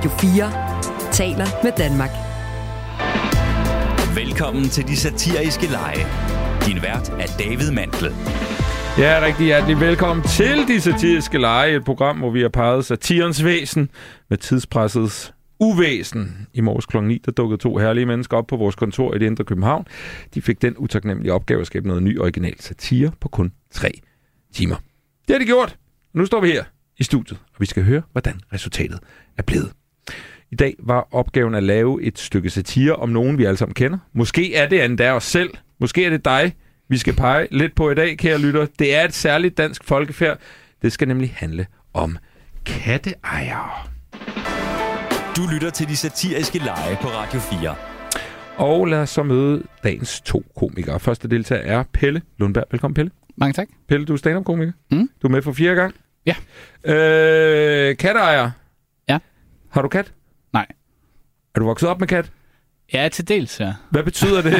Radio 4 taler med Danmark. Velkommen til De Satiriske Lege. Din vært er David Mantel. Ja, rigtig hjertelig velkommen til De Satiriske Lege, et program, hvor vi har peget satirens væsen med tidspressets uvæsen. I morges kl. 9, der dukkede 2 herlige mennesker op på vores kontor i det indre København. De fik den utaknemmelige opgave at skabe noget ny original satire på kun 3 timer. Det har de gjort. Nu står vi her i studiet, og vi skal høre, hvordan resultatet er blevet. I dag var opgaven at lave et stykke satire om nogen, vi alle sammen kender. Måske er det endda os selv. Måske er det dig, vi skal pege lidt på i dag, kære lytter. Det er et særligt dansk folkefærd. Det skal nemlig handle om katteejere. Du lytter til De Satiriske Lege på Radio 4. Og lad os så møde dagens 2 komikere. Første deltager er Pelle Lundberg. Velkommen, Pelle. Mange tak. Pelle, du er stand-up-komiker. Mm. Du er med for 4. gang. Ja. Katteejer. Ja. Har du kat? Nej. Er du vokset op med kat? Ja, til dels, ja. Hvad betyder det?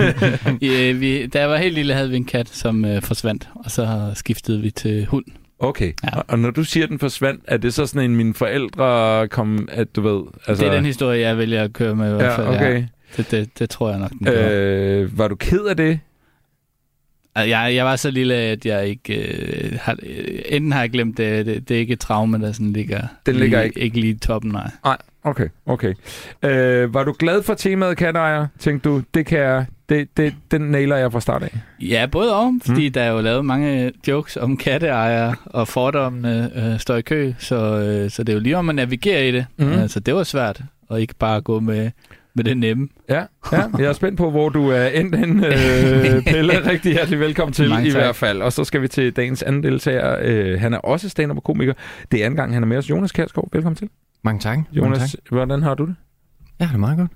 Da jeg var helt lille, havde vi en kat, som forsvandt, og så skiftede vi til hund. Okay. Ja. Og når du siger, den forsvandt, er det så sådan en, mine forældre kom, at du ved... Altså... Det er den historie, jeg vælger at køre med i hvert fald. Ja, okay. Ja. Det tror jeg nok, den gør. Var du ked af det? Jeg var så lille, at jeg ikke... enten har jeg glemt det, det er ikke et traume, der sådan ligger... Den ligger ikke lige i toppen, nej. Nej, okay. Var du glad for temaet katteejer? Tænkte du, det kan jeg... Den nailer jeg fra start af. Ja, både og, fordi der er jo lavet mange jokes om katteejere, og fordommene står i kø, så det er jo lige om at navigere i det. Så det var svært, og ikke bare gå med det nemme. Ja, jeg er spændt på, hvor du er endt hen, Pelle. Rigtig hjertelig velkommen til i hvert fald. Og så skal vi til dagens anden deltager. Han er også stand-up og komiker. Det er anden gang, han er med os. Jonas Kjærsgaard, velkommen til. Mange tak. Jonas, hvordan har du det? Ja, det er meget godt.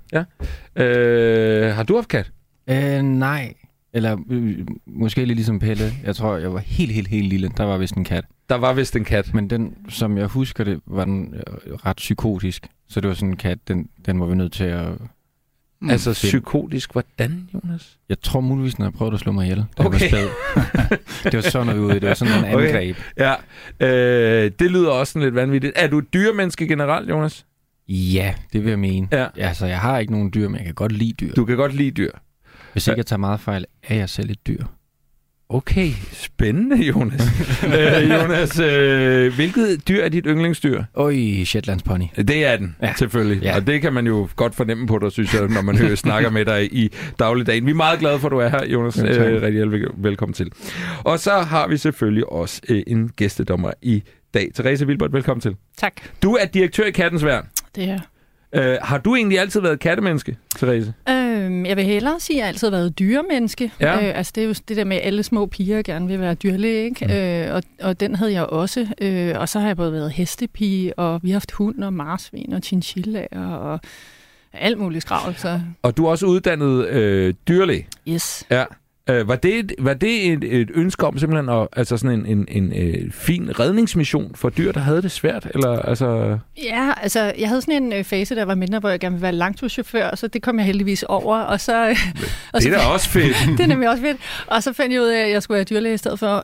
Ja. Har du haft kat? Nej. Eller måske lidt ligesom Pelle. Jeg tror, jeg var helt lille. Der var vist en kat. Der var vist en kat. Men den, som jeg husker det, var den ret psykotisk. Så det var sådan en kat, den var vi nødt til at... Altså psykotisk, hvordan, Jonas? Jeg tror muligvis, den har prøvet at slå mig ihjel. Okay. Det var sådan noget ude. Det var sådan en angreb. Okay. Ja, det lyder også sådan lidt vanvittigt. Er du et dyremenneske generelt, Jonas? Ja, det vil jeg mene. Ja. Altså, jeg har ikke nogen dyr, men jeg kan godt lide dyr. Du kan godt lide dyr? Hvis ikke jeg tager meget fejl, er jeg selv et dyr. Okay, spændende, Jonas. Jonas, hvilket dyr er dit yndlingsdyr? Shetlands pony. Det er den, selvfølgelig. Ja. Og det kan man jo godt fornemme på dig, synes jeg, når man snakker med dig i dagligdagen. Vi er meget glade for, at du er her, Jonas. Rigtig velkommen til. Og så har vi selvfølgelig også en gæstedommer i dag. Therese Wilbert, velkommen til. Tak. Du er direktør i Kattens Værn. Det er har du egentlig altid været kattemenneske, Therese? Jeg vil hellere sige, at jeg altid har været dyremenneske. Ja. Altså det er jo det der med, at alle små piger gerne vil være dyrlæge, ikke? Og den havde jeg også. Og så har jeg både været hestepige, og vi har haft hund og marsvin og chinchillaer og alt muligt skravl. Så. Og du er også uddannet dyrlæge? Yes. Ja. Var det et ønske om simpelthen at, altså sådan en fin redningsmission for dyr, der havde det svært? Eller, altså... Ja, altså jeg havde sådan en fase, der var mindre, hvor jeg gerne ville være langturschauffør, så det kom jeg heldigvis over. Og så, det er da også fedt. Det er nemlig også fedt. Og så fandt jeg ud af, at jeg skulle være dyrlæge i stedet for.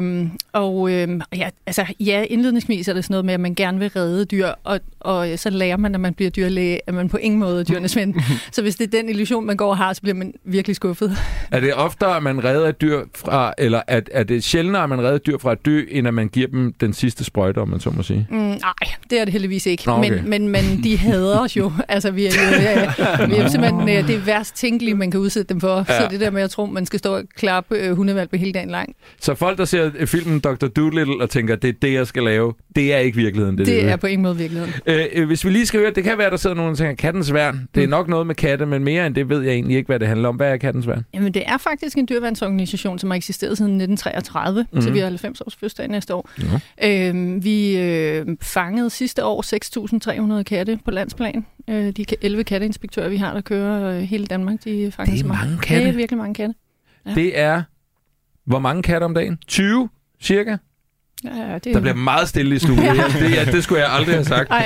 Indledningsvis er det sådan noget med, at man gerne vil redde dyr, og så lærer man, når man bliver dyrlæge, at man på ingen måde er dyrenes ven. Så hvis det er den illusion, man går og har, så bliver man virkelig skuffet. Er det oftere, at man redder et dyr fra, eller er det sjældnere, at man redder et dyr fra at dø, end at man giver dem den sidste sprøjte, om man så må sige? Nej, det er det heldigvis ikke. Nå, okay. Men de hader os jo. Altså, vi er jo simpelthen det værst tænkelige, man kan udsætte dem for. Ja. Så det der med, at jeg tror, man skal stå og klappe hundevalpe hele dagen lang. Så folk, der ser filmen Dr. Dolittle og tænker, det er det, jeg skal lave, det er ikke virkeligheden. Det er på ingen måde virkeligheden. Hvis vi lige skal høre, det kan være, der sidder nogen og tænker, Kattens Værn. Det er nok noget med katte, men mere end det ved jeg egentlig ikke, hvad det handler om. Hvad er Kattens Værn? Jamen, det er faktisk en dyreværnsorganisation, som har eksisteret siden 1933, så vi har 90 års fødselsdag næste år. Ja. Vi fangede sidste år 6.300 katte på landsplan. De 11 katteinspektører, vi har, der kører hele Danmark, de fanger det er mange katte. Det er virkelig mange katte. Ja. Det er hvor mange katte om dagen? 20 cirka? Ja, der bliver meget stille i studiet. Det skulle jeg aldrig have sagt.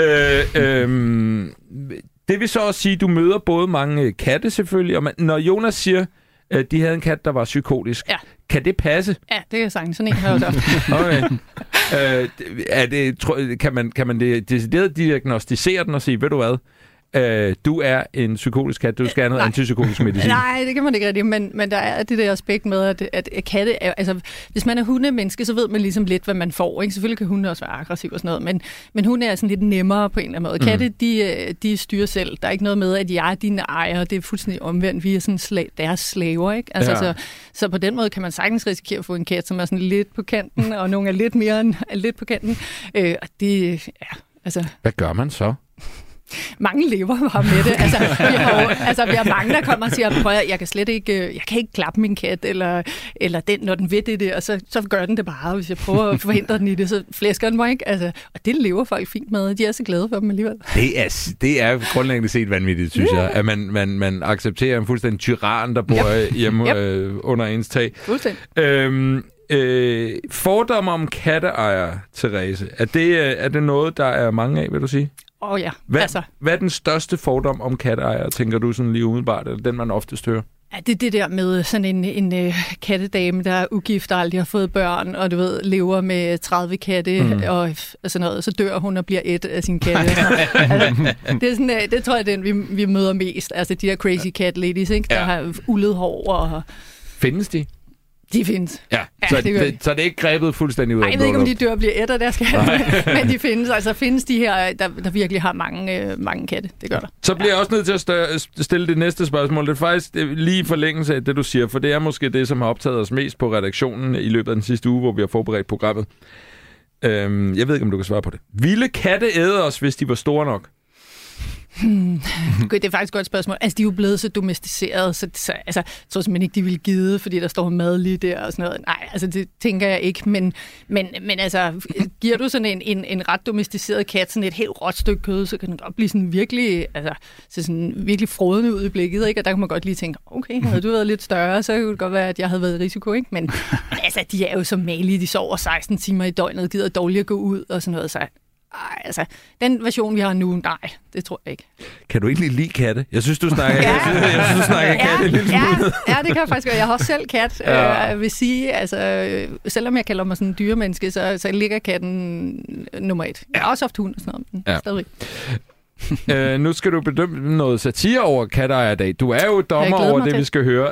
Det vil så også sige, at du møder både mange katte selvfølgelig, og når Jonas siger, at de havde en kat, der var psykotisk, Kan det passe? Ja, det kan jeg sagtens. Sådan en har jeg også. Okay. Kan man decideret diagnostisere den og sige, ved du hvad? Du er en psykotisk kat, du skal have noget antipsykotisk medicin. Nej, det kan man ikke rigtig, men der er det der aspekt med, at katte er, altså, hvis man er hundemenneske, så ved man ligesom lidt, hvad man får. Ikke? Selvfølgelig kan hunde også være aggressiv og sådan noget, men hunde er sådan lidt nemmere på en eller anden måde. Katte, de styrer selv. Der er ikke noget med, at jeg er dine ejere. Det er fuldstændig omvendt. Vi er sådan deres slaver, ikke? Altså, så på den måde kan man sagtens risikere at få en kat, som er sådan lidt på kanten, og nogle er lidt mere end lidt på kanten. Og det, ja, altså... Hvad gør man så? Mange lever bare med det. Vi har mange, der kommer og siger, prøv at jeg kan ikke klappe min kat, eller den, når den ved det, og så gør den det bare. Hvis jeg prøver at forhindre den i det, så flæsker den mig ikke. Altså, og det lever folk fint med. De er så glade for dem alligevel. Det er grundlæggende set vanvittigt, synes jeg. At man accepterer en fuldstændig tyran, der bor hjemme under ens tag. Fuldstændig. Fordomme om katteejere, Therese, er det noget, der er mange af, vil du sige? Ja. Hvad er den største fordom om katteejere, tænker du sådan lige umiddelbart, eller den, man oftest hører? Ja, det er det der med sådan en kattedame, der er ugift og aldrig har fået børn, og du ved, lever med 30 katte og sådan noget, så dør hun og bliver et af sine katte. Det er sådan, det tror jeg, den vi møder mest. Altså de der crazy cat ladies, ikke? Der har ullet hår og... Findes de? De findes. Ja, så det er ikke grebet fuldstændig ud af. Jeg ved ikke, om de dør og bliver et af deres katte, men de findes. Altså findes de her, der virkelig har mange katte. Det gør der. Så bliver jeg også nødt til at stille det næste spørgsmål. Det er faktisk lige i forlængelse af det, du siger, for det er måske det, som har optaget os mest på redaktionen i løbet af den sidste uge, hvor vi har forberedt programmet. Jeg ved ikke, om du kan svare på det. Ville katte æde os, hvis de var store nok? Det er faktisk et godt spørgsmål. Altså, de er jo blevet så domesticeret, så altså, jeg tror simpelthen ikke, de ville give, fordi der står mad lige der og sådan noget. Nej, altså, det tænker jeg ikke. Men altså, giver du sådan en ret domesticeret kat sådan et helt råt stykke kød, så kan den godt blive sådan virkelig, altså, sådan virkelig frodende ud i blikket, ikke? Og der kan man godt lige tænke, okay, havde du været lidt større, så kunne det godt være, at jeg havde været i risiko, ikke? Men altså, de er jo så malige, de sover 16 timer i døgnet, gider dårligt at gå ud og sådan noget, så... Ej, altså, den version, vi har nu, nej, det tror jeg ikke. Kan du egentlig lide katte? Jeg synes, du snakker, katte en lille smule. Ja, det kan jeg faktisk gøre. Jeg har også selv kat. Jeg vil sige, altså, selvom jeg kalder mig sådan en dyremenneske, så ligger katten nummer 1. Jeg har også haft hund og sådan noget, men stadig. Nu skal du bedømme noget satire over katteejer i dag. Du er jo dommer over det, vi skal høre.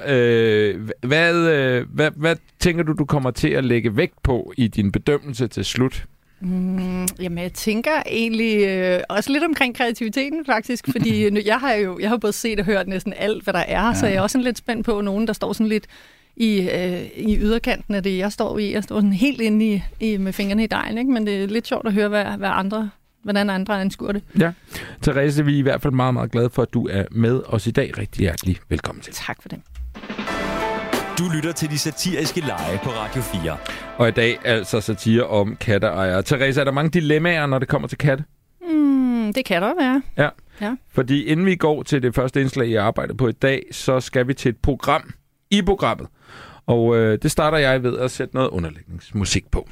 Hvad tænker du kommer til at lægge vægt på i din bedømmelse til slut? Jamen, jeg tænker egentlig også lidt omkring kreativiteten, faktisk, fordi jeg har både set og hørt næsten alt, hvad der er, så jeg er også sådan lidt spændt på nogen, der står sådan lidt i yderkanten af det, jeg står i. Jeg står sådan helt inde i med fingrene i dejen, ikke? Men det er lidt sjovt at høre, hvordan andre anskuer det. Ja, Therese, vi er i hvert fald meget, meget glade for, at du er med os i dag. Rigtig hjertelig velkommen til. Tak for det. Du lytter til De Satiriske Lege på Radio 4. Og i dag altså satire om katteejere. Therese, er der mange dilemmaer, når det kommer til katte? Det kan der være. Ja. Fordi inden vi går til det første indslag, jeg arbejder på i dag, så skal vi til et program i programmet. Og det starter jeg ved at sætte noget underlægningsmusik på.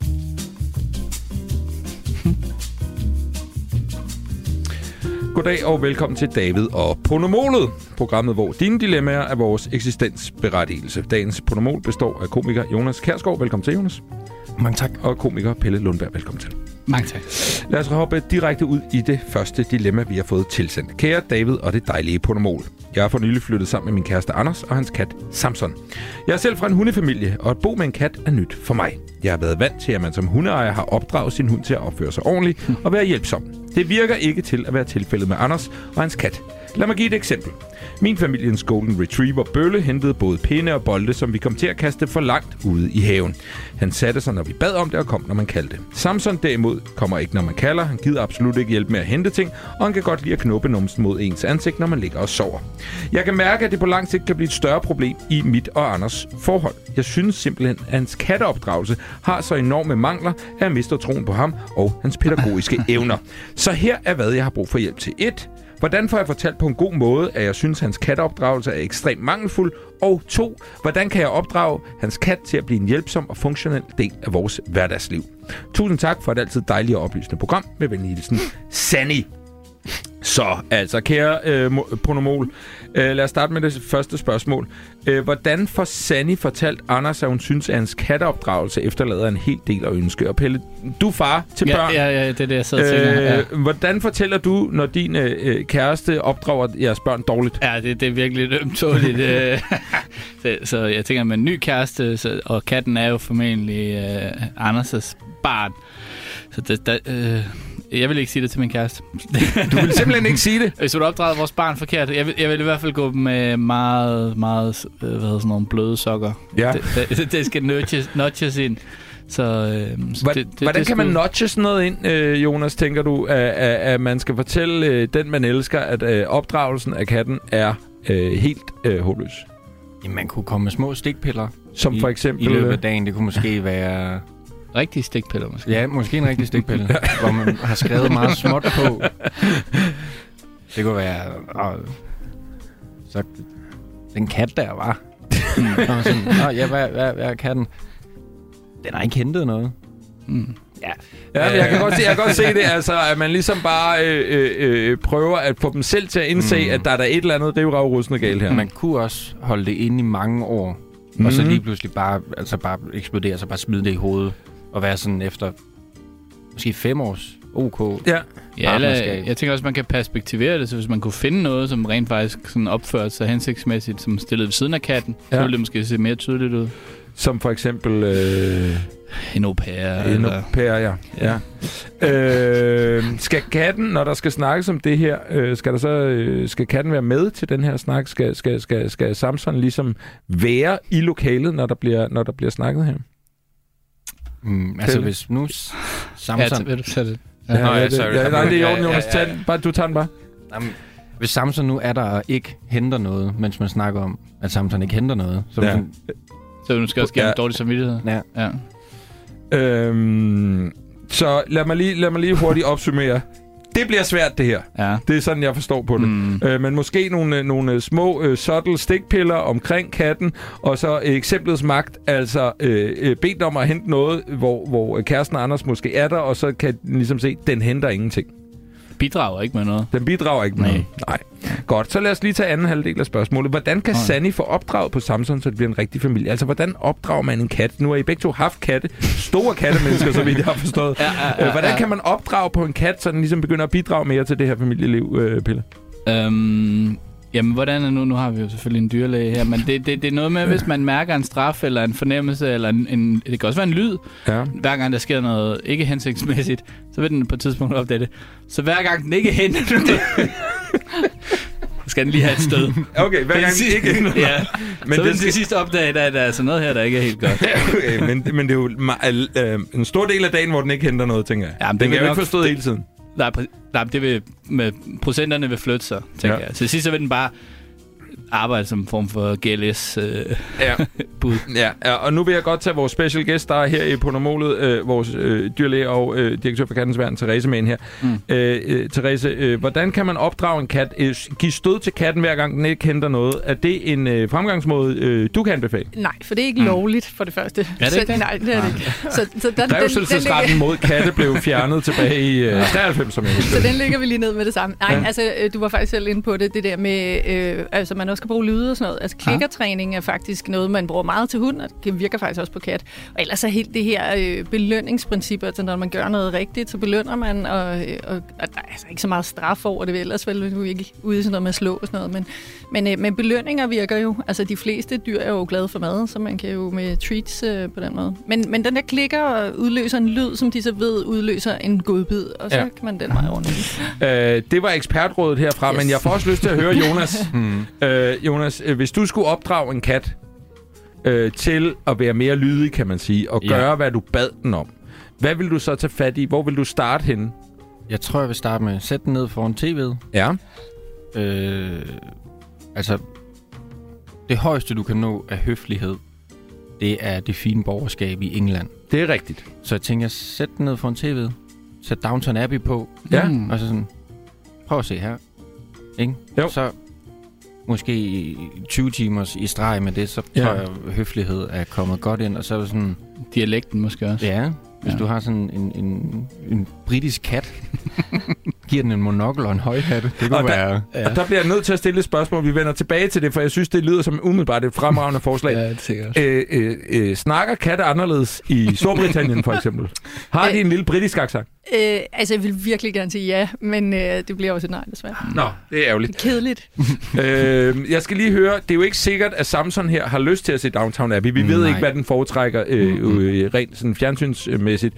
Goddag og velkommen til David og Ponomolet, programmet, hvor dine dilemmaer er vores eksistensberettigelse. Dagens Ponomol består af komiker Jonas Kjærsgaard. Velkommen til, Jonas. Mange tak. Og komiker Pelle Lundberg. Velkommen til. Mange tak. Lad os hoppe direkte ud i det første dilemma, vi har fået tilsendt. Kære David og det dejlige Ponomol. Jeg har for nylig flyttet sammen med min kæreste Anders og hans kat Samson. Jeg er selv fra en hundefamilie, og at bo med en kat er nyt for mig. Jeg har været vant til, at man som hundeejer har opdraget sin hund til at opføre sig ordentligt og være hjælpsom. Det virker ikke til at være tilfældet med Anders og hans kat. Lad mig give et eksempel. Min familiens Golden Retriever Bølle hentede både pinde og bolde, som vi kom til at kaste for langt ude i haven. Han satte sig, når vi bad om det, og kom, når man kaldte. Samson derimod kommer ikke, når man kalder. Han gider absolut ikke hjælpe med at hente ting, og han kan godt lide at knuppe numsen mod ens ansigt, når man ligger og sover. Jeg kan mærke, at det på lang sigt kan blive et større problem i mit og Anders forhold. Jeg synes simpelthen, at hans katteopdragelse har så enorme mangler, at jeg mister troen på ham og hans pædagogiske evner. Så her er, hvad jeg har brug for hjælp til. 1. Hvordan får jeg fortalt på en god måde, at jeg synes, at hans katteopdragelse er ekstremt mangelfuld? Og 2. Hvordan kan jeg opdrage hans kat til at blive en hjælpsom og funktionel del af vores hverdagsliv? Tusind tak for et altid dejligt og oplysende program. Med venlig hilsen, Sanni. Så, altså, kære Pronomol, lad os starte med det første spørgsmål. Hvordan får Sanni fortalt Anders, at hun synes, at hans katteopdragelse efterlader en hel del at ønske? Og Pelle, du er far til børn. Ja, det er det, jeg sidder og tænker. Ja. Hvordan fortæller du, når din kæreste opdrager jeres børn dårligt? Ja, det er virkelig ømtåligt. Så jeg tænker, med en ny kæreste, og katten er jo formentlig Anders' barn. Så jeg vil ikke sige det til min kæreste. Du vil simpelthen ikke sige det? Hvis du opdrager vores barn forkert, jeg vil i hvert fald gå med meget sådan nogle bløde sokker. Ja. Det skal nudges ind. Hvordan kan man nudge sådan noget ind, Jonas, tænker du, at man skal fortælle den, man elsker, at opdragelsen af katten er helt håbløs? Jamen, man kunne komme med små stikpiller. Som for eksempel... I løbet af dagen, det kunne måske være... Rigtige stikpiller, måske. Ja, måske en rigtig stikpille, hvor man har skrevet meget småt på. Det kunne være... så den kat der var. Hvad er katten? Den har ikke hentet noget. Ja, jeg kan godt se det, altså, at man ligesom bare prøver at få dem selv til at indse, at der er et eller andet rivragrussende galt her. Man kunne også holde det inde i mange år, og så lige pludselig bare eksplodere, så bare smide det i hovedet, og være sådan efter måske 5 års OK. Ja, eller jeg tænker også, man kan perspektivere det, så hvis man kunne finde noget, som rent faktisk sådan opførte sig hensigtsmæssigt, som stillede ved siden af katten, så ville det måske se mere tydeligt ud. Som for eksempel... en au pair. En au pair, ja. Skal katten, når der skal snakkes om det her, skal katten være med til den her snak? Skal Samson ligesom være i lokalet, når der bliver snakket her? Altså hvis nu Samson... Ja, vil du sætte det? Nej, det er i orden, Jonas. Du tager den bare. Jamen, hvis Samson nu er der og ikke henter noget, mens man snakker om, at Samson ikke henter noget, så sådan... Så du skal også give en dårlig samvittighed. Ja. Så lad mig lige hurtigt opsummere. Det bliver svært, det her. Ja. Det er sådan, jeg forstår på det. Men måske nogle små subtle stikpiller omkring katten, og så eksemplets magt, altså bedt om at hente noget, hvor kæresten Anders måske er der, og så kan den ligesom se, den henter ingenting. Bidrager ikke med noget. Den bidrager ikke med noget. Nej. Godt, så lad os lige tage anden halvdel af spørgsmålet. Hvordan kan Sanni få opdraget på Samson, så det bliver en rigtig familie? Altså, hvordan opdrager man en kat? Nu har I begge to haft katte. Store kattemennesker, så vidt jeg har forstået. Hvordan kan man opdrage på en kat, så den ligesom begynder at bidrage mere til det her familieliv, Pelle? Jamen, hvordan er nu har vi jo selvfølgelig en dyrlæge her, men det er noget med, hvis man mærker en straf, eller en fornemmelse, eller det kan også være en lyd. Ja. Hver gang der sker noget ikke hensigtsmæssigt, så vil den på et tidspunkt opdage det. Så hver gang den ikke henter det, skal den lige have et stød. Okay, hver gang den ikke henter ja. Men så vil den til sidst opdage, at der er altså noget her, der ikke er helt godt. Okay, men det er jo en stor del af dagen, hvor den ikke henter noget, tænker jeg. Jamen, den kan jo ikke forstå hele tiden. Nej, det vil med procenterne vil flytte sig, tænker jeg. Til sidst så vil den bare arbejde som en form for GLS-bud. Ja, og nu vil jeg godt tage vores special guest, der er her i Pronomolet, vores dyrlæge og direktør for Kattens Værn, Therese, med ind her. Therese, hvordan kan man opdrage en kat? Give stød til katten, hver gang den ikke henter noget. Er det en fremgangsmåde, du kan anbefale? Nej, for det er ikke lovligt, for det første. Er det ikke det? Nej, det er det ikke. Så Revselsesretten mod katte blev fjernet tilbage i 93, som jeg husker. Så den ligger vi lige ned med det samme. Nej, altså, du var faktisk selv inde på det der med, altså man også skal bruge lyde og sådan noget. Altså klikkertræning er faktisk noget, man bruger meget til hund, og det virker faktisk også på kat. Og ellers er helt det her belønningsprincip, altså når man gør noget rigtigt, så belønner man, og der er altså ikke så meget straf over det, ellers vel du ikke ude i sådan noget med at slå og sådan noget. Men belønninger virker jo. Altså de fleste dyr er jo glade for mad, så man kan jo med treats på den måde. Men den der klikker udløser en lyd, som de så ved udløser en godbid, og så kan man den meget ordentligt. Det var ekspertrådet herfra, men jeg får også lyst til at høre Jonas. Jonas, hvis du skulle opdrage en kat til at være mere lydig, kan man sige, og gøre, hvad du bad den om, hvad vil du så tage fat i? Hvor vil du starte henne? Jeg tror, jeg vil starte med at sætte den ned foran tv'et. Ja. Altså, det højeste, du kan nå af høflighed, det er det fine borgerskab i England. Det er rigtigt. Så jeg tænker, sæt den ned foran tv'et. Sæt Downton Abbey på. Ja. Og så sådan, prøv at se her. Ikke? Jo. Så måske 20 timer i streg med det, så tror jeg, høflighed er kommet godt ind. Og så er det sådan... Dialekten måske også. Ja, hvis du har sådan en britisk kat, giver den en monokkel og en højhat. Det kunne være... Og der bliver jeg nødt til at stille et spørgsmål. Vi vender tilbage til det, for jeg synes, det lyder som umiddelbart et fremragende forslag. Ja, det sikkert. Snakker katte anderledes i Storbritannien, for eksempel? Har de en lille britisk accent? Altså, jeg vil virkelig gerne sige ja, men det bliver også et nej, desværre. Nå, det er ærgerligt. Det er kedeligt. Jeg skal lige høre, det er jo ikke sikkert, at Samson her har lyst til at se Downton Abbey. Vi ved ikke, hvad den foretrækker rent sådan fjernsynsmæssigt.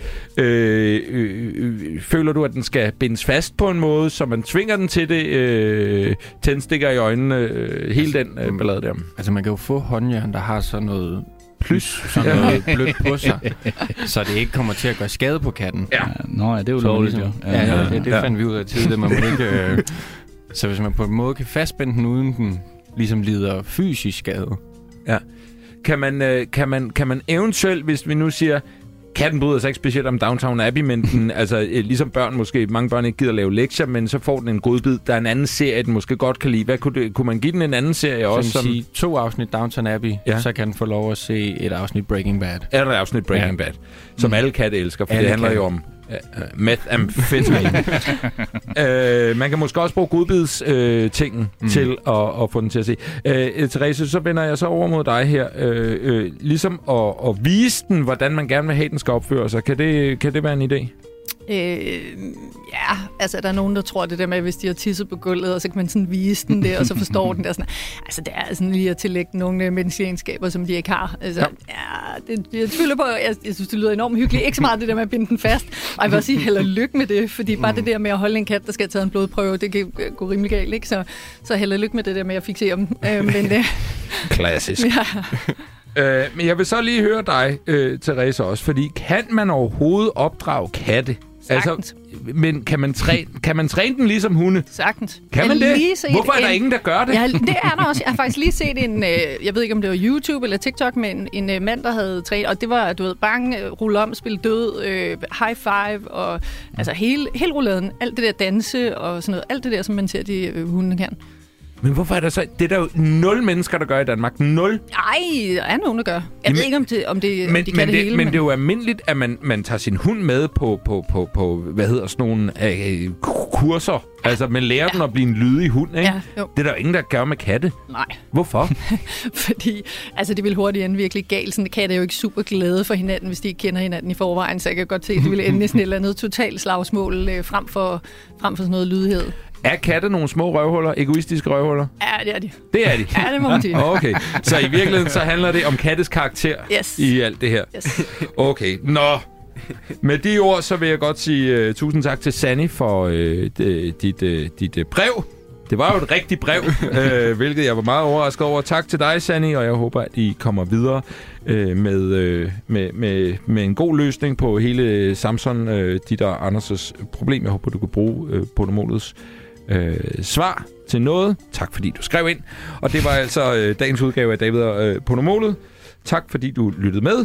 Føler du, at den skal bindes fast på en måde, så man tvinger den til det? Tændstikker i øjnene, hele den ballade der. Altså, man kan jo få håndjern, der har sådan noget... sådan noget blødt på sig, så det ikke kommer til at gøre skade på katten. Ja. Nå ja, det er jo lovligt, jo. Det fandt vi ud af tidligere. Man må ikke, så hvis man på en måde kan fastspænde den, uden den ligesom lider fysisk skade. Ja. Kan man eventuelt, hvis vi nu siger, katten bryder sig ikke specielt om Downton Abbey, men den, altså, ligesom børn måske, mange børn ikke gider lave lektier, men så får den en godbid. Der er en anden serie, den måske godt kan lide. Hvad kunne man give den en anden serie også? Som sige 2 afsnit Downton Abbey, så kan den få lov at se et afsnit Breaking Bad. Er der et afsnit Breaking Bad, som alle katte elsker, for alle det handler jo om methamphetamine. Man kan måske også bruge godbids-tingen til at få den til at se. Therese, så vender jeg så over mod dig her. Ligesom at vise den, hvordan man gerne vil have, den skal opføre sig. Kan det være en idé? Ja, altså der er nogen, der tror det der med, hvis de har tisset på gulvet, og så kan man sådan vise den der, og så forstår den der sådan. Altså det er sådan lige at tillægge nogle menneskelige egenskaber, som de ikke har. Altså, jeg tvivler på, jeg synes, det lyder enormt hyggeligt. Ikke så meget det der med at binde den fast. Og jeg vil også sige, held og lykke med det, fordi bare det der med at holde en kat, der skal have taget en blodprøve, det kan gå rimelig galt, ikke? Så held og lykke med det der med at fikse om. Klassisk. Ja. Men jeg vil så lige høre dig, Therese, også, fordi kan man overhovedet opdrage katte? Sagtens. Altså, men kan man træne den ligesom hunde? Sagtens. Kan man det? Hvorfor er der ingen, der gør det? Ja, det er der også. Jeg har faktisk lige set en, jeg ved ikke om det var YouTube eller TikTok, men en mand, der havde trænet, og det var, du ved, bange, rulle om, spille død, high five, og altså hele rulladen, alt det der danse og sådan noget, alt det der, som man ser, de hunde kan. Men hvorfor er der så... Det er der jo 0 mennesker, der gør i Danmark. 0. Nej, der er nogen, der gør. Jeg ved ikke, om de kan det hele. Men det er jo almindeligt, at man tager sin hund med på hvad hedder sådan nogle kurser. Altså, man lærer den at blive en lydig hund, ikke? Ja, jo. Det er der jo ingen, der gør med katte. Nej. Hvorfor? Fordi, altså, det vil hurtigt ende virkelig galt. Sådan, katte er jo ikke super glade for hinanden, hvis de ikke kender hinanden i forvejen. Så jeg kan godt se, at det ville ende i sådan et eller andet totalt slagsmål frem for sådan noget lydighed. Er katte nogle små røvhuller? Egoistiske røvhuller? Ja, det er de. Det er de? Ja, det må man sige. Okay, så i virkeligheden så handler det om kattes karakter i alt det her? Yes. Okay, nå. Med de ord, så vil jeg godt sige tusind tak til Sanny for dit brev. Det var jo et rigtigt brev, hvilket jeg var meget overrasket over. Tak til dig, Sanny, og jeg håber, at I kommer videre med en god løsning på hele Samson, dit og Anders' problem. Jeg håber, du kan bruge Podomolets svar til noget. Tak, fordi du skrev ind. Og det var altså dagens udgave af David og Podomolet. Tak, fordi du lyttede med.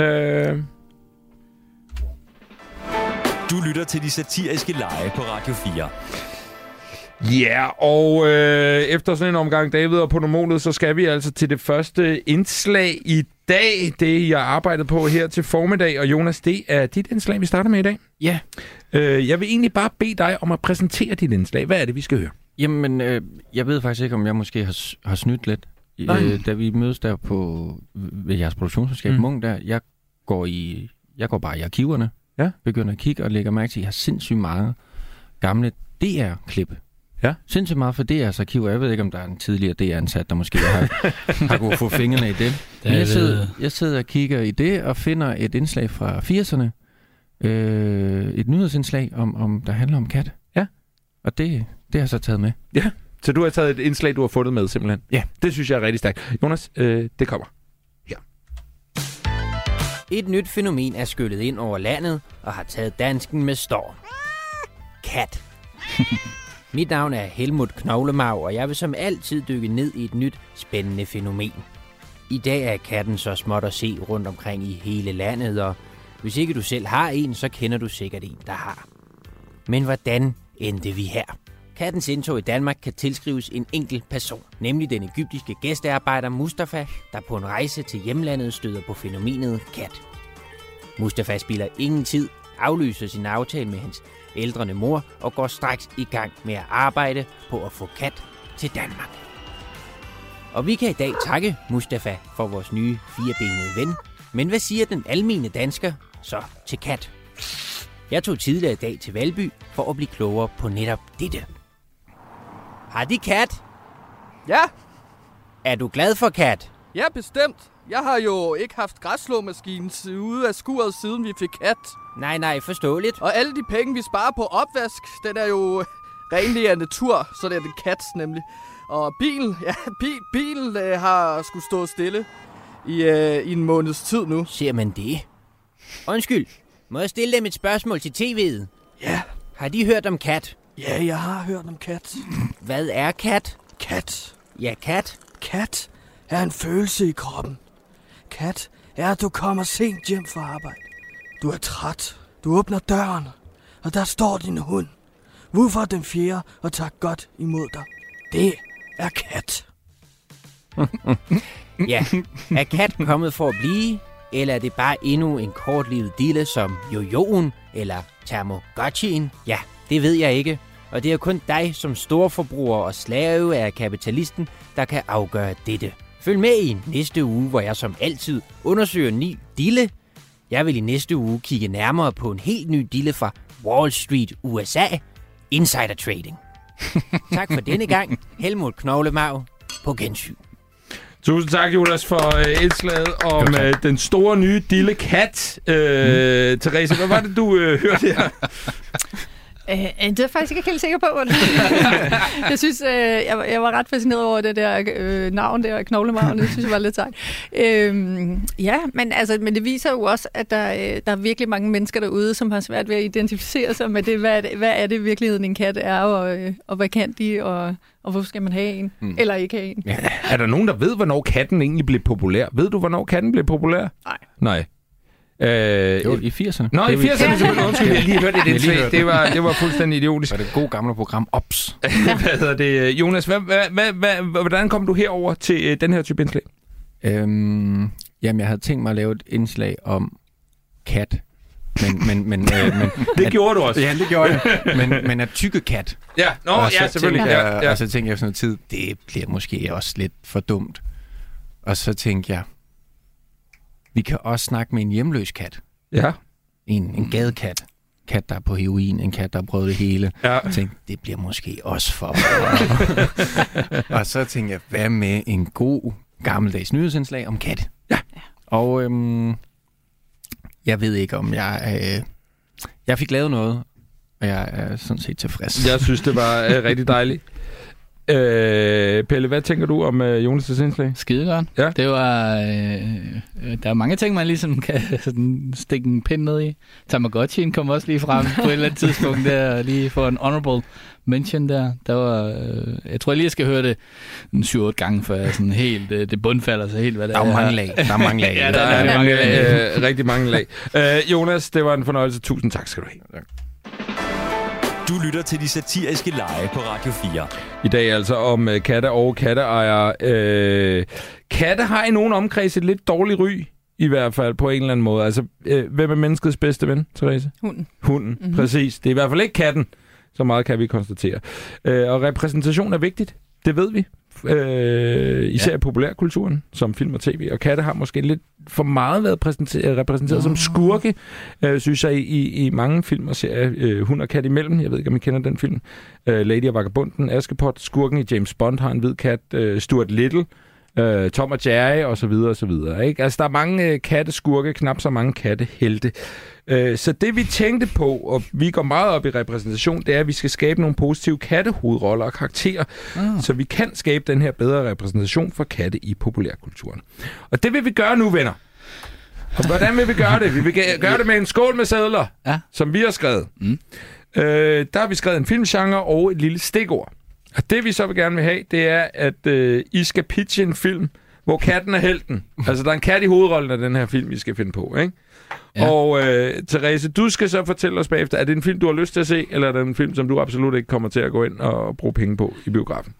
Du lytter til de satiriske lege på Radio 4. Ja, og efter sådan en omgang David og Podomolet, så skal vi altså til det første indslag i dag. Det, jeg arbejdet på her til formiddag. Og Jonas, det er dit indslag, vi starter med i dag. Ja. Jeg vil egentlig bare bede dig om at præsentere dit indslag. Hvad er det, vi skal høre? Jamen, jeg ved faktisk ikke, om jeg måske har snydt lidt. Da vi mødes der ved jeres produktionsselskab Munk der, jeg går bare i arkiverne, begynder at kigge og lægger mærke til, at jeg har sindssygt mange gamle DR-klippe. Ja. Sindssygt meget for DR's arkiver. Jeg ved ikke, om der er en tidligere DR-ansat, der måske har kunnet få fingrene i det. Men jeg sidder og kigger i det og finder et indslag fra 80'erne. Et nyhedsindslag, der handler om kat. Ja. Og det har jeg så taget med. Ja, så du har taget et indslag, du har fundet med simpelthen. Ja. Det synes jeg er rigtig stærkt. Jonas, det kommer her. Et nyt fænomen er skyllet ind over landet og har taget dansken med storm. Kat. Mit navn er Helmut Knoglemarv, og jeg vil som altid dykke ned i et nyt, spændende fænomen. I dag er katten så småt at se rundt omkring i hele landet, og hvis ikke du selv har en, så kender du sikkert en, der har. Men hvordan endte vi her? Kattens indtog i Danmark kan tilskrives en enkelt person, nemlig den egyptiske gæstearbejder Mustafa, der på en rejse til hjemlandet støder på fænomenet kat. Mustafa spilder ingen tid, aflyser sin aftale med hans ældrende mor og går straks i gang med at arbejde på at få kat til Danmark. Og vi kan i dag takke Mustafa for vores nye 4-benede ven. Men hvad siger den almene dansker så til kat? Jeg tog tidligere i dag til Valby for at blive klogere på netop dette. Har de kat? Ja. Er du glad for kat? Ja, bestemt. Jeg har jo ikke haft græsslåmaskinen ude af skuret, siden vi fik kat. Nej, forståeligt. Og alle de penge, vi sparer på opvask, den er jo renlig af natur, så det er det kat nemlig. Og bilen, ja, bilen har skulle stå stille i en måneds tid nu. Ser man det? Undskyld, må jeg stille dem et spørgsmål til tv'et? Ja. Har de hørt om kat? Ja, jeg har hørt om kat. Hvad er kat? Kat. Ja, kat. Kat er en følelse i kroppen. Kat er, at du kommer sent hjem fra arbejde. Du er træt. Du åbner døren, og der står din hund. Hvorfor den fjerde og tager godt imod dig? Det er kat. Ja, er kat kommet for at blive, eller er det bare endnu en kortlivet dille som jojoen eller Tamagotchien? Ja, det ved jeg ikke. Og det er kun dig som storforbruger og slave af kapitalisten, der kan afgøre dette. Følg med i næste uge, hvor jeg som altid undersøger en ny dille. Jeg vil i næste uge kigge nærmere på en helt ny dille fra Wall Street, USA. Insider trading. Tak for denne gang. Helmut Knoglemarv på gensyn. Tusind tak, Jonas, for indslaget om den store nye dille kat. Therese, hvad var det, du hørte her? Det er faktisk ikke helt sikker på, hvad det jeg synes, jeg var ret fascineret over det der navn der, Knoglemarven. Det synes jeg var lidt sejt. Ja, men det viser jo også, at der er virkelig mange mennesker derude, som har svært ved at identificere sig med det. Hvad er det i virkeligheden en kat er, og hvad kan de, og hvorfor skal man have en, eller ikke have en? Ja. Er der nogen, der ved, hvornår katten egentlig blev populær? Ved du, hvornår katten blev populær? Nej. Det var i 80'erne. Nå, i 80'erne selvfølgelig. Undskyld, jeg lige hørte det indslag. Det var fuldstændig idiotisk. Det var det gode gamle program Ops. Hvad hedder det? Jonas, hvordan kom du herover til den her type indslag? Jamen, jeg havde tænkt mig at lave et indslag om kat. Men det gjorde du også. Ja, det gjorde jeg. Men at tykke kat. Ja, selvfølgelig. Ja. Og så tænkte jeg sådan noget tid, det bliver måske også lidt for dumt. Og så tænkte jeg, vi kan også snakke med en hjemløs kat. Ja. En gadekat. Kat, der er på heroin. En kat, der har prøvet det hele. Ja. Jeg tænkte, det bliver måske også for Og så tænkte jeg, hvad med en god gammeldags nyhedsindslag om katte? Ja. Og jeg ved ikke, om jeg fik lavet noget, og jeg er sådan set tilfreds. Jeg synes, det var rigtig dejligt. Pelle, hvad tænker du om Jonas' indslag? Skidegodt. Ja. Det var... der er mange ting, man ligesom kan sådan stikke en pind ned i. Tamagotchien kom også lige frem på et eller andet tidspunkt der, lige for en honorable mention der. Der var... jeg tror lige, jeg skal høre det 7-8 gange, før jeg sådan helt... det bundfalder sig helt, hvad det er. Der er mange lag. Der er mange lag. Ja, der er mange lag. Rigtig mange lag. Jonas, det var en fornøjelse. Tusind tak skal du have. Du lytter til de satiriske lege på Radio 4. I dag altså om katte og katteejere. Katte har i nogen omkreds et lidt dårligt ry, i hvert fald på en eller anden måde. Altså, hvem er menneskets bedste ven, Therese? Hunden, præcis. Det er i hvert fald ikke katten. Så meget kan vi konstatere. Og repræsentation er vigtigt. Det ved vi. Især i populærkulturen, som film og tv. Og katte har måske lidt for meget været repræsenteret som skurke, synes jeg, i mange film og serier. Hund og kat imellem. Jeg ved ikke, om I kender den film. Lady og Vagabunden, Askepot, skurken i James Bond har en hvid kat. Stuart Little, Tom og Jerry, og så videre, og så videre. Ikke? Altså, der er mange katteskurke, knap så mange kattehelte. Så det, vi tænkte på, og vi går meget op i repræsentation, det er, at vi skal skabe nogle positive kattehovedroller og karakterer, så vi kan skabe den her bedre repræsentation for katte i populærkulturen. Og det vil vi gøre nu, venner. Og hvordan vil vi gøre det? Vi vil gøre det med en skål med sadler, som vi har skrevet. Der har vi skrevet en filmgenre og et lille stikord. Og det, vi så vil gerne vil have, det er, at I skal pitche en film, hvor katten er helten. Altså, der er en kat i hovedrollen af den her film, I skal finde på, ikke? Ja. Og Therese, du skal så fortælle os bagefter, er det en film, du har lyst til at se, eller er det en film, som du absolut ikke kommer til at gå ind og bruge penge på i biografen?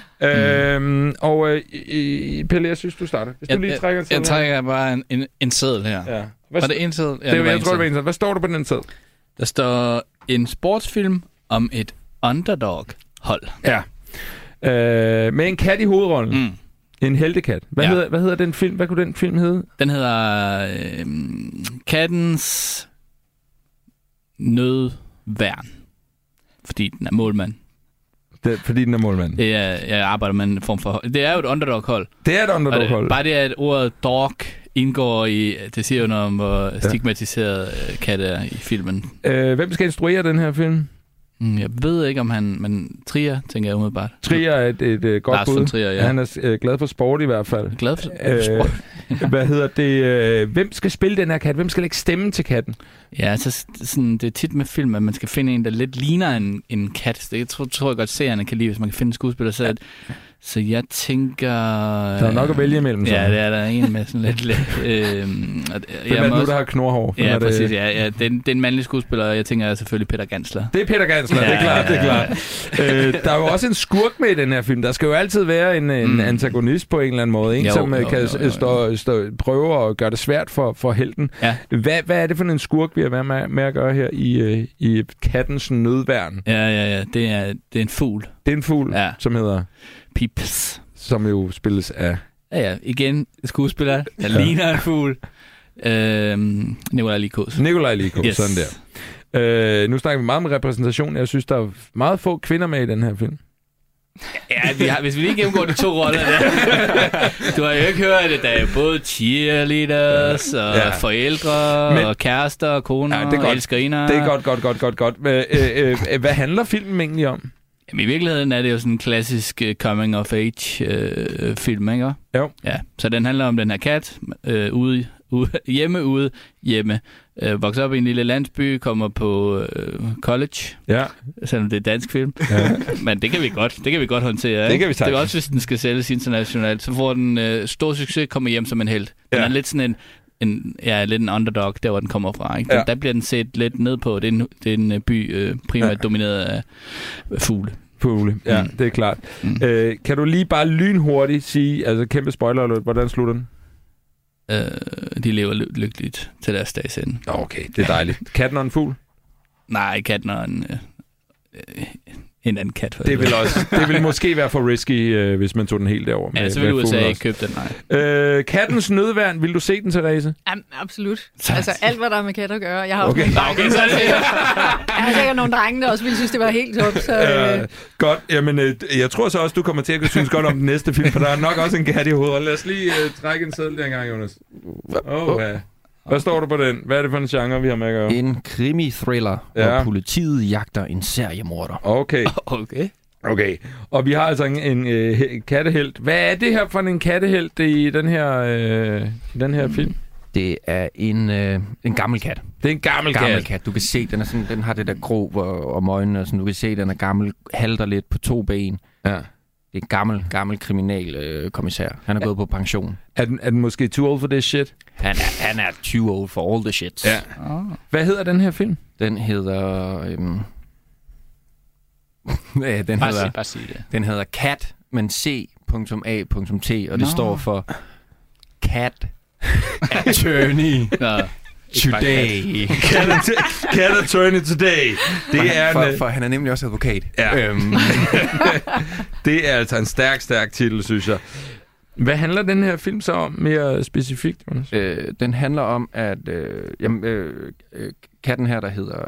Pelle, jeg synes, du starter. Hvis du lige trækker en seddel. Jeg trækker bare en seddel her. Ja. Var det en seddel? Ja, jeg tror, det var en seddel. Hvad står der på den seddel? Der står en sportsfilm om et underdog-hold. Ja. Med en kat i hovedrollen. Mm. En heltekat. Hvad hedder den film? Hvad kunne den film hedde? Den hedder Kattens Nødværn. Fordi den er målmand. Fordi den er målmand? Jeg arbejder med en form for... Det er jo et underdog-hold. Det er et underdog-hold. Bare det, at ordet dog indgår i... Det siger jo noget om, hvor stigmatiseret katte er i filmen. Hvem skal instruere den her film? Jeg ved ikke, om han... Men Trier, tænker jeg umiddelbart. Trier er et godt bud. Trier, ja. Han er glad for sport i hvert fald. Glad for sport? Hvad hedder det? Hvem skal spille den her kat? Hvem skal lægge stemme til katten? Ja, så sådan, det er tit med film, at man skal finde en, der lidt ligner en kat. Det tror jeg godt, seerne kan lide, hvis man kan finde en skuespiller. Så jeg tænker... Der er nok at vælge imellem. Ja, det er der en med sådan lidt... Hvem er nu, der har knorhår? Ja, præcis. Ja, det er en mandlig skuespiller, og jeg tænker selvfølgelig Peter Gansler. Det er Peter Gansler, det er klart. Det er klart. Der er jo også en skurk med i den her film. Der skal jo altid være en antagonist på en eller anden måde, ikke? Som kan prøve at gøre det svært for helten. Ja. Hvad er det for en skurk, vi har været med at gøre her i Kattens Nødværn? Ja. Det er en fugl. Det er en fugl, som hedder... Pips. Som jo spilles af... Ja, igen skuespiller, der ligner en fugl. Nikolaj Likos. Nikolaj Likos, yes. Sådan der. Nu snakker vi meget om repræsentation. Jeg synes, der er meget få kvinder med i den her film. Ja, hvis vi lige gennemgår de 2 roller der. Du har jo ikke hørt det, der er både cheerleaders og forældre og kærester og koner og elskerinder. Det er godt. Hvad handler filmen egentlig om? Jamen, i virkeligheden er det jo sådan en klassisk coming-of-age film, ikke? Jo. Ja, så den handler om den her kat, hjemme. Vokser op i en lille landsby, kommer på college, selvom det er dansk film. Ja. Men det kan vi godt håndtere. Det kan vi det er også, hvis den skal sælges internationalt. Så får den stor succes, kommer hjem som en helt. Den er lidt sådan lidt en underdog, der hvor den kommer fra. Ikke? Der bliver den set lidt ned på. Det er en by primært domineret af fugle. Ja, det er klart. Kan du lige bare lynhurtigt sige, altså kæmpe spoiler alert, hvordan slutter den? De lever lykkeligt til deres dags ende. Okay, det er dejligt. Katten og en fugl? Nej, katten og en anden kat. Det vil måske være for risky, hvis man tog den helt derover. Ja, så vil USA ikke købe den, nej. Kattens Nødværn, vil du se den, Therese? Absolut. Altså alt, hvad der er med katter at gøre. Jeg har også jeg har sikkert nogle drenge, der også ville synes, det var helt top. Så, godt. Jamen, jeg tror så også, du kommer til at synes godt om den næste film, for der er nok også en kat i hovedet. Lad os lige trække en seddel der engang, Jonas. Hvad står der på den? Hvad er det for en genre, vi har med at gøre? En krimi-thriller, hvor politiet jagter en seriemorder. Okay. Og vi har altså en kattehelt. Hvad er det her for en kattehelt i den her film? Det er en gammel kat. Det er en gammel kat. Du kan se, den har det der grå om øjnene, og sådan. Du kan se, den er gammel, halter lidt på 2 ben. Ja. Det er en gammel kriminalkommissær. Han er gået på pension. Er den måske too old for this shit? Han er too old for all the shit. Ja. Hvad hedder den her film? Den hedder... Den hedder Cat, men C.A.T, og det står for Cat Attorney Today. Cat Attorney Today. Det er for han er nemlig også advokat. Ja. Det er altså en stærk titel, synes jeg. Hvad handler den her film så om mere specifikt, Jonas? Den handler om, at katten her, der hedder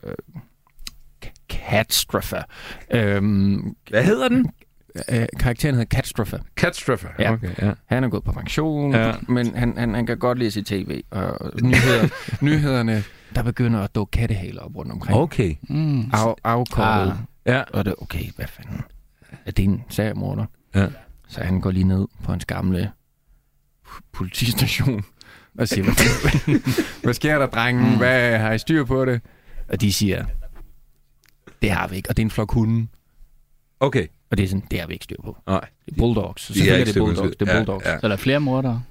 Catstroffer. Hvad hedder den? Karakteren hedder Catstroffer. Ja. Okay, ja. Han er gået på pension, men han kan godt læse i tv. Og nyhederne, der begynder at dukke kattehaler op rundt omkring. Okay. Afkortet. Ja. Og det er okay, hvad fanden? Er det en seriemorder? Ja. Så han går lige ned på hans gamle politistation og siger, hvad sker der, drengen? Hvad har I styr på det? Og de siger, det har vi ikke, og det er en flok hunde. Okay. Og det er sådan, det har vi ikke styr på. Nej. Det er bulldogs. Så selvfølgelig er det bulldogs. Ja. Så der er flere mordere?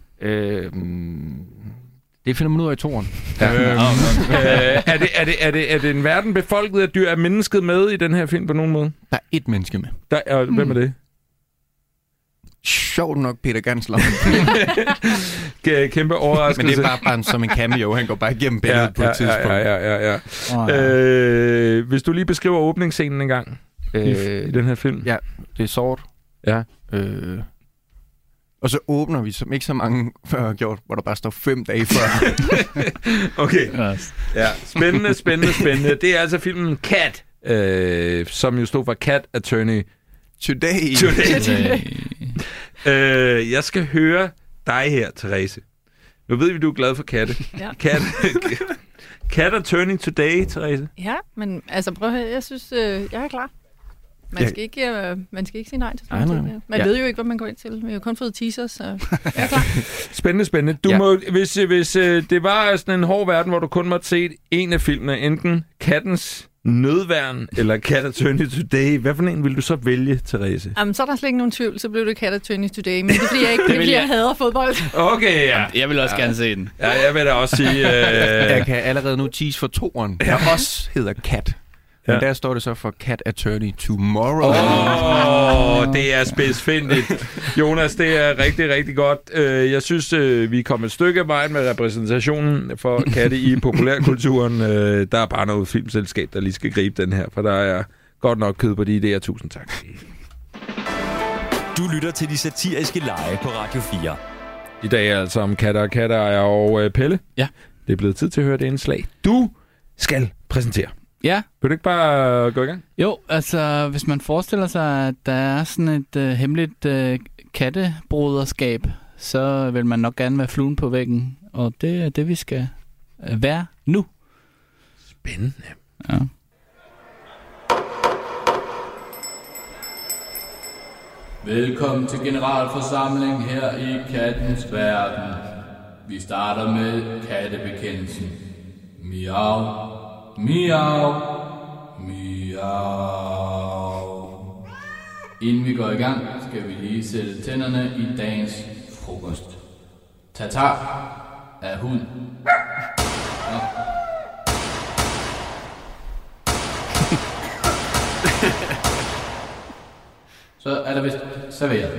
Det finder man ud af i toren. Er det en verden befolket af dyr? Er mennesket med i den her film på nogen måde? Der er 1 menneske med. Hvem er det? sjovt nok Peter Gansler. Kæmpe overraskelse. Men det er bare som en cameo. Han går bare igennem billedet på et tidspunkt. Ja. Hvis du lige beskriver åbningsscenen en gang i den her film. Ja, det er sort. Ja. Og så åbner vi, som ikke så mange før har gjort, hvor der bare står 5 dage før. Okay. Ja, spændende. Det er altså filmen Cat, som jo stod for Cat Attorney Today. Jeg skal høre dig her, Therese. Nu ved vi, du er glad for katte. Ja. Cat Attorney Today, Therese. Ja, men altså prøv at høre, jeg synes, jeg er klar. Man skal ikke sige nej til sådan noget. Man ved jo ikke, hvad man går ind til. Vi har jo kun fået teasers, så jeg er klar. Spændende. Du må, hvis det var sådan en hård verden, hvor du kun måtte se en af filmene, enten Kattens Nødværn eller Cat Attorney Today, hvad for en vil du så vælge, Therese? Jamen, så er der slet ikke nogen tvivl, så blev det Cat Attorney Today, men det er fordi, jeg hader fodbold. Okay, ja. Jeg vil også gerne se den. Ja, jeg vil da også sige... Jeg kan allerede nu tease for 2'eren, der også hedder Cat. Men der står det så for Cat Attorney Tomorrow. Det er spidsfindigt. Jonas, det er rigtig, rigtig godt. Jeg synes, vi er kommet et stykke af vejen med repræsentationen for katte i populærkulturen. Der er bare noget filmselskab, der lige skal gribe den her, for der er godt nok kød på de idéer. Tusind tak. Du lytter til de satiriske lege på Radio 4. I dag er altså om katter og katteejer og Pelle. Ja. Det er blevet tid til at høre det indslag. Du skal præsentere. Ja. Vil du ikke bare gå i gang? Jo, altså hvis man forestiller sig, at der er sådan et hemmeligt kattebroderskab, så vil man nok gerne være fluen på væggen. Og det er det, vi skal være nu. Spændende. Ja. Velkommen til generalforsamling her i kattens verden. Vi starter med kattebekendelsen. Miau. Miau, miau. Inden vi går i gang, skal vi lige sætte tænderne i dagens frokost. Tatar er hund. Ja. Så er der vist serveret.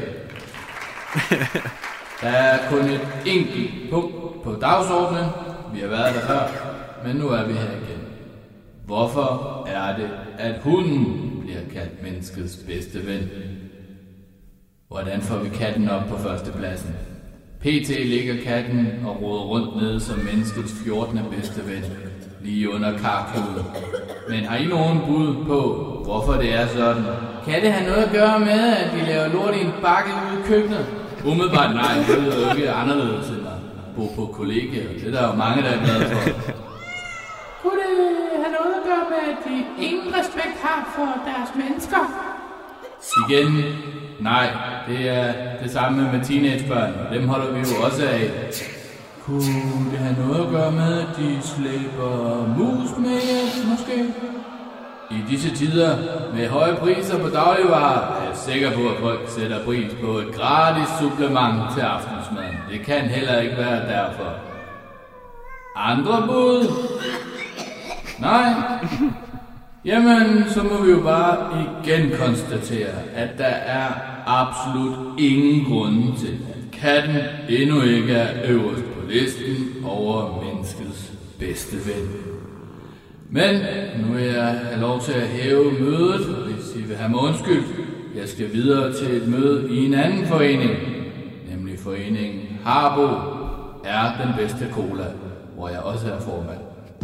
Der er kun et enkelt punkt på dagsordenen. Vi har været der før, men nu er vi her igen. Hvorfor er det, at hunden bliver kaldt menneskets bedste ven? Hvordan får vi katten op på førstepladsen? PT ligger katten og roder rundt nede som menneskets 14. bedste ven, lige under karkluden. Men har I nogen bud på, hvorfor det er sådan? Kan det have noget at gøre med, at de laver lort i en bakke ude i køkkenet? Umiddelbart nej, det er jo ikke anderledes end at bo på kollegier. Det er der jo mange, der er glade for. Kunne det have noget at gøre med, at de ingen respekt har for deres mennesker? Igen, nej, det er det samme med teenagebørn. Dem holder vi jo også af. Kunne det have noget at gøre med, at de slæber mus med hjem, måske? I disse tider med høje priser på dagligvarer er jeg sikker på, at folk sætter pris på et gratis supplement til aftensmaden. Det kan heller ikke være derfor. Andre bud? Nej. Jamen, så må vi jo bare igen konstatere, at der er absolut ingen grunde til, at katten endnu ikke er øverst på listen over menneskets bedste ven. Men nu vil jeg have lov til at hæve mødet, hvis I vil have mig undskyld. Jeg skal videre til et møde i en anden forening, nemlig foreningen Harbo er den bedste cola, hvor jeg også er formand.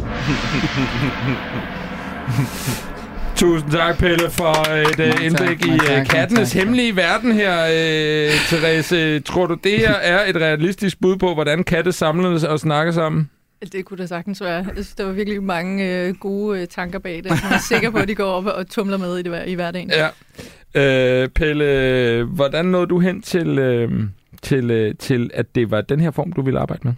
Tusind tak, Pelle, for et indblik i kattenes hemmelige verden her, Therese. Tror du, det her er et realistisk bud på, hvordan katte samles og snakker sammen? Det kunne da sagtens være. Jeg synes, der var virkelig mange gode tanker bag det. Jeg er sikker på, at de går op og tumler med i hverdagen. Ja. Pelle, hvordan nåede du hen til, at det var den her form, du ville arbejde med?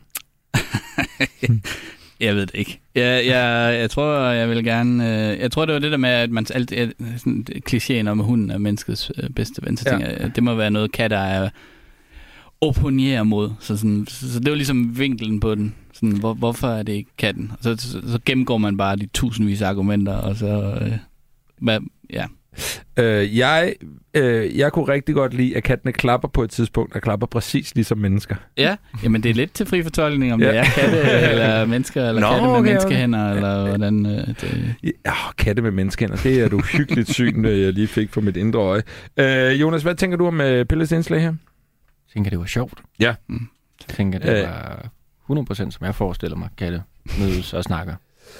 Jeg ved det ikke. Jeg tror, jeg vil gerne... Jeg tror, det var det der med, at man altid... Sådan, klichéen om, at hunden er menneskets bedste ven. Så tænker jeg, det må være noget, katter opponerer mod. Så det var ligesom vinklen på den. Sådan, hvorfor er det ikke katten? Så gennemgår man bare de tusindvis af argumenter, og så... Jeg kunne rigtig godt lide, at kattene klapper på et tidspunkt, og klapper præcis ligesom mennesker. Ja, jamen det er lidt til fri fortolkning, om det er katte eller mennesker, eller katte med menneskehænder, eller hvordan det... Ja, katte med menneskehænder, det er et uhyggeligt syn, jeg lige fik for mit indre øje. Jonas, hvad tænker du om Pelles indslag her? Jeg tænker, det var sjovt. Ja. Jeg tænker, det var 100% som jeg forestiller mig, katte mødes og snakker.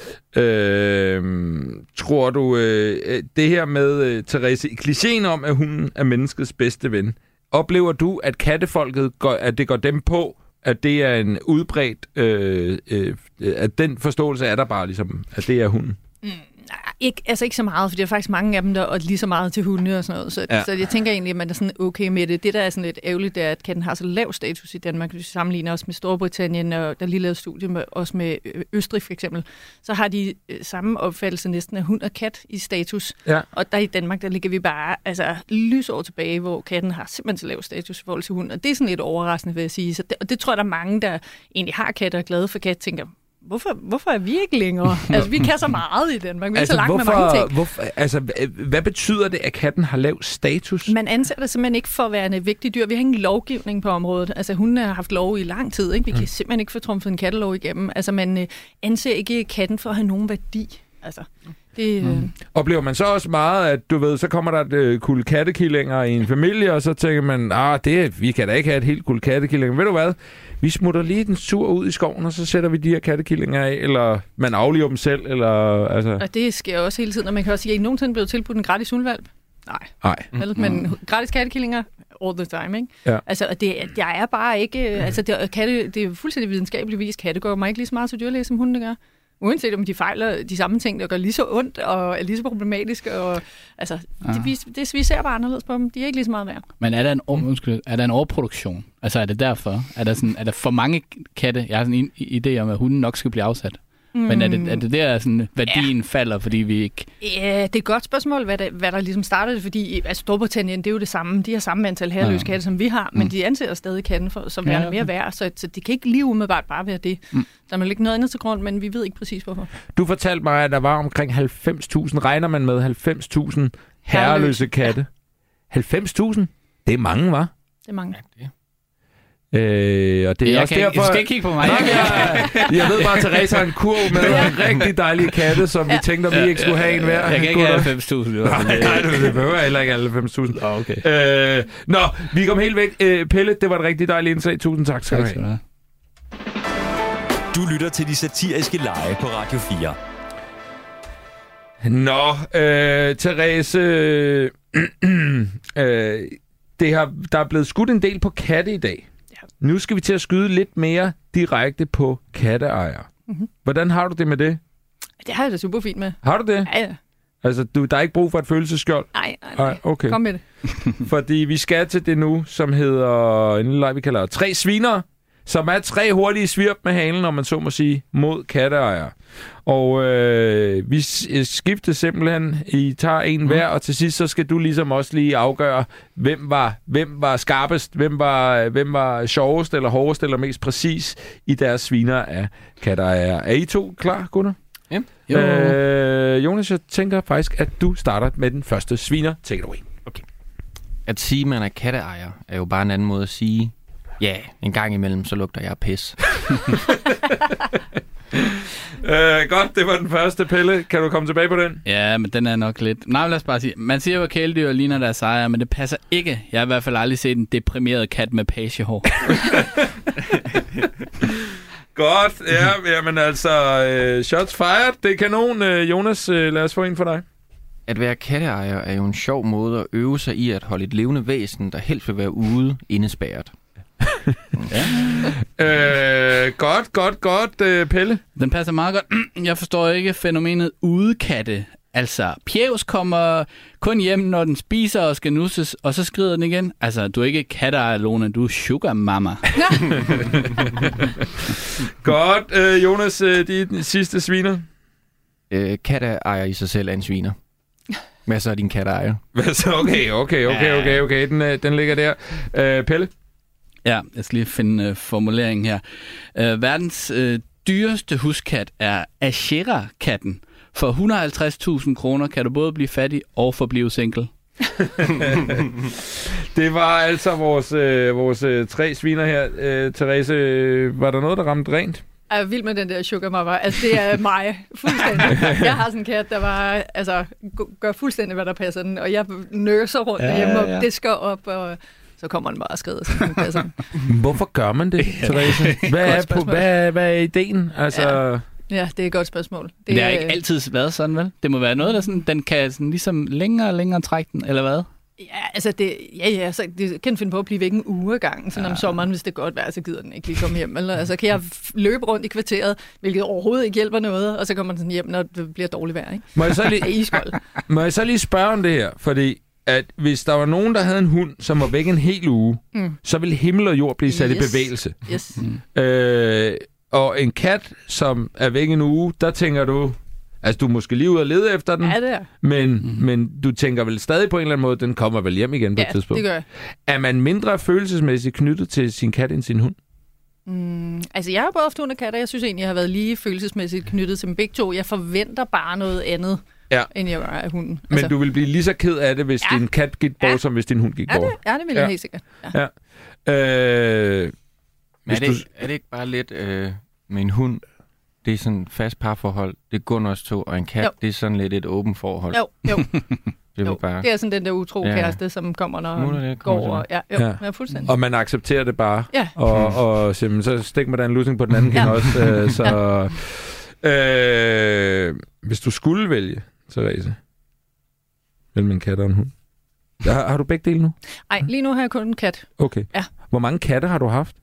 Tror du, det her med, Therese, klichéen om, at hun er menneskets bedste ven, oplever du, at kattefolket, at det går dem på, at det er en udbredt, at den forståelse er der bare ligesom, at det er hunden? Ikke så meget, for der er faktisk mange af dem, der er lige så meget til hunde og sådan noget. Så jeg tænker egentlig, at man er sådan okay med det. Det, der er sådan lidt ærgerligt, det er, at katten har så lav status i Danmark. Hvis vi sammenligner os med Storbritannien, og der lige lavet studie med, også med Østrig for eksempel, så har de samme opfattelse næsten af hund og kat i status. Ja. Og der i Danmark, der ligger vi bare lysår tilbage, hvor katten har simpelthen så lav status i forhold til hund. Og det er sådan lidt overraskende, vil jeg sige. Og det tror jeg, der er mange, der egentlig har katter og er glade for kat, tænker, Hvorfor er vi ikke længere? Altså, vi kan så meget i Danmark. Vi er så langt med mange ting. Hvad betyder det, at katten har lav status? Man anser det simpelthen ikke for at være en vigtig dyr. Vi har ingen lovgivning på området. Altså, hun har haft lov i lang tid. Ikke? Vi kan simpelthen ikke få trumfet en kattelov igennem. Altså, man anser ikke katten for at have nogen værdi. Altså, Oplever man så også meget, at du ved, så kommer der et kuld kattekillinger i en familie, og så tænker man, vi kan da ikke have et helt kuld kattekillinger. Ved du hvad? Vi smutter lige den tur ud i skoven, og så sætter vi de her kattekillinger af, eller man afliver dem selv, eller altså... Og det sker også hele tiden, og man kan også sige, at I nogensinde blevet tilbudt en gratis hundvalp? Nej. Men gratis kattekillinger all the time, ikke? Ja. Altså, jeg er bare ikke... det er fuldstændig videnskabeligvis. Katte går mig ikke lige så meget til dyrlæge, som hunden gør. Uanset om de fejler de samme ting, der gør lige så ondt og er lige så problematiske. Og, vi ser bare anderledes på dem. De er ikke lige så meget værd. Men er der en overproduktion? Altså er det derfor? Er der for mange katte? Jeg har sådan en idé om, at hunden nok skal blive afsat. Men er det der, sådan, værdien falder, fordi vi ikke... Ja, det er et godt spørgsmål, hvad der ligesom startede det, fordi Storbritannien, det er jo det samme. De har samme antal herreløse katte, som vi har, men de anser stadig katten som værende mere værd, så det kan ikke lige umiddelbart bare være det. Der må ligge noget andet til grund, men vi ved ikke præcis, hvorfor. Du fortalte mig, at der var omkring 90.000, regner man med 90.000 herreløse katte. Ja. 90.000? Det er mange, hva'? Det er mange. Ja, og det er også derfor... Du skal ikke kigge på mig. Jeg ved bare, at Therese har en kurv med rigtig dejlige katte, som vi tænkte, at vi ikke skulle have en hver. Jeg kan ikke have 90.000. Nej, det behøver heller ikke alle 90.000. Okay. Vi kom helt væk. Pelle, det var et rigtig dejligt indslag. Tusind tak skal du have. Du lytter til de satiriske lege på Radio 4. Therese... der er blevet skudt en del på katte i dag. Ja. Nu skal vi til at skyde lidt mere direkte på katteejere. Mm-hmm. Hvordan har du det med det? Det har jeg da super fint med. Har du det? Ja. Altså, der er ikke brug for et følelsesskjold? Nej. Okay. Kom med det. Fordi vi skal til det nu, som hedder en lille leg, vi kalder 3 svinere, som er 3 hurtige svirp med halen, om man så må sige, mod katteejere. Og vi skifter simpelthen, I tager en hver, og til sidst så skal du ligesom også lige afgøre, hvem var skarpest, hvem var sjovest eller hårdest eller mest præcis i deres sviner af katteejere. Er I 2 klar, Gunnar? Ja. Jonas, jeg tænker faktisk, at du starter med den første sviner. Take it away. Okay. At sige, man er katteejer, er jo bare en anden måde at sige, ja, en gang imellem, så lugter jeg pis. Godt, det var den første. Pelle, kan du komme tilbage på den? Ja, men den er nok lidt... Nej, lad os bare sige, man siger jo, at kæledyr ligner deres ejer, men det passer ikke. Jeg har i hvert fald aldrig set en deprimeret kat med pagehår. Godt, ja, men altså, shots fired, det er kanon. Jonas, lad os få en for dig. At være katteejer er jo en sjov måde at øve sig i at holde et levende væsen, der helst vil være ude, indespærret. Godt, Pelle. Den passer meget godt. Jeg forstår ikke fænomenet udekatte. Altså, Pjævs kommer kun hjem, når den spiser og skal nusses, og så skrider den igen. Altså, du er ikke katteejer, Lone, du er sugar mama. Godt, Jonas, de sidste sviner. Katteejer i sig selv er en sviner. Hvad så er din katteejer? Okay, den ligger der. Pelle? Ja, jeg skal lige finde formuleringen her. Verdens dyreste huskat er Ashera-katten, For 150.000 kroner kan du både blive fattig og forblive single. Det var altså vores 3 sviner her. Therese, var der noget, der ramte rent? Jeg er vild med den der sugar mama. Altså, det er mig. Fuldstændig. Jeg har sådan en kat, der bare gør fuldstændig, hvad der passer den. Og jeg nøser rundt derhjemme og disker op, og så kommer den bare og skrider, som den passer den. Hvorfor gør man det, Therese? Hvad er ideen? Altså... Ja, det er et godt spørgsmål. Det har ikke altid været sådan, vel? Det må være noget, der sådan, den kan sådan ligesom længere og længere trække den, eller hvad? Ja, altså så det kan finde på at blive væk en uge ad gangen, sådan om sommeren, hvis det godt vejr, så gider den ikke lige komme hjem. Eller, altså kan jeg løbe rundt i kvarteret, hvilket overhovedet ikke hjælper noget, og så kommer den sådan hjem, når det bliver dårligt vejr, ikke? Må jeg så lige spørge om det her, fordi at hvis der var nogen, der havde en hund, som var væk en hel uge, så ville himmel og jord blive sat i bevægelse. Yes. Og en kat, som er væk en uge, der tænker du... Altså, du er måske lige ud og lede efter den, det er. Men du tænker vel stadig på en eller anden måde, den kommer vel hjem igen på et tidspunkt. Det gør jeg. Er man mindre følelsesmæssigt knyttet til sin kat end sin hund? Altså, jeg har både haft hund og katter. Jeg synes egentlig, jeg har været lige følelsesmæssigt knyttet til dem begge to. Jeg forventer bare noget andet, end jeg gør af hunden. Men du vil blive lige så ked af det, hvis din kat gik bort, som hvis din hund gik bort? Ja, det vil jeg helt sikkert. Ja. Men er det ikke bare lidt med en hund? Det er sådan et fast parforhold. Det er kun os to, og en kat, det er sådan lidt et åbent forhold. Jo. Bare... Det er sådan den der utro kæreste, som kommer, når går over. Ja, fuldstændig. Og man accepterer det bare. Ja. Og så stik med den lussing på den anden kind også. Hvis du skulle vælge, Therese, mellem en kat og en hund. Har du begge dele nu? Nej, lige nu har jeg kun en kat. Okay. Ja. Hvor mange katte har du haft?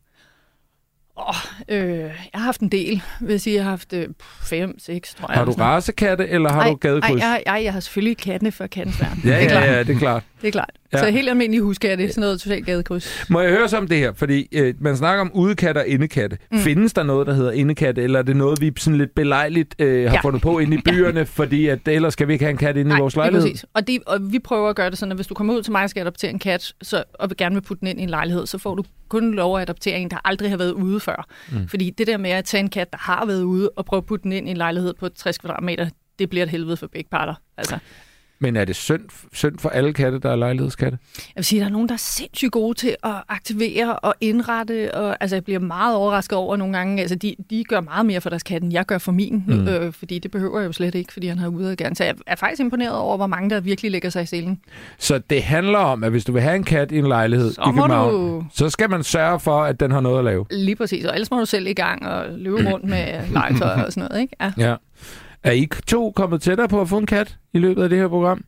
Jeg har haft en del. Vil sige, jeg har haft 5, 6, tror jeg. Har du racekatte, eller har du gadekryds? Jeg har selvfølgelig kattene for kattens værn. Ja, det er klart. Det er klart. Ja. Så helt almindelig huskatte, sådan noget totalt gadekryds. Må jeg høre så om det her? Fordi man snakker om udekatte og indekatte. Findes der noget, der hedder indekatte, eller er det noget, vi sådan lidt belejligt har fundet på inde i byerne, fordi at ellers skal vi ikke have en kat inde i vores lejlighed? Præcis. Og vi prøver at gøre det sådan, at hvis du kommer ud til mig og skal adoptere en kat, og vil gerne vil putte den ind i en lejlighed, så får du kun lov at adoptere en, der aldrig har været ude før. Fordi det der med at tage en kat, der har været ude, og prøve at putte den ind i en lejlighed på 60 kvadratmeter, det bliver et helvede for begge parter. Altså. Men er det synd for alle katte, der er lejlighedskatte? Jeg vil sige, at der er nogen, der er sindssygt gode til at aktivere og indrette. Og, altså, jeg bliver meget overrasket over nogle gange. Altså, de gør meget mere for deres kat, end jeg gør for min. Fordi det behøver jeg jo slet ikke, fordi han har ude gerne. Så jeg er faktisk imponeret over, hvor mange der virkelig lægger sig i selen. Så det handler om, at hvis du vil have en kat i en lejlighed i København, så skal man sørge for, at den har noget at lave. Lige præcis. Og ellers må du selv i gang og løbe rundt med legetøj og sådan noget, ikke? Ja. Er I to kommet tættere på at få en kat i løbet af det her program?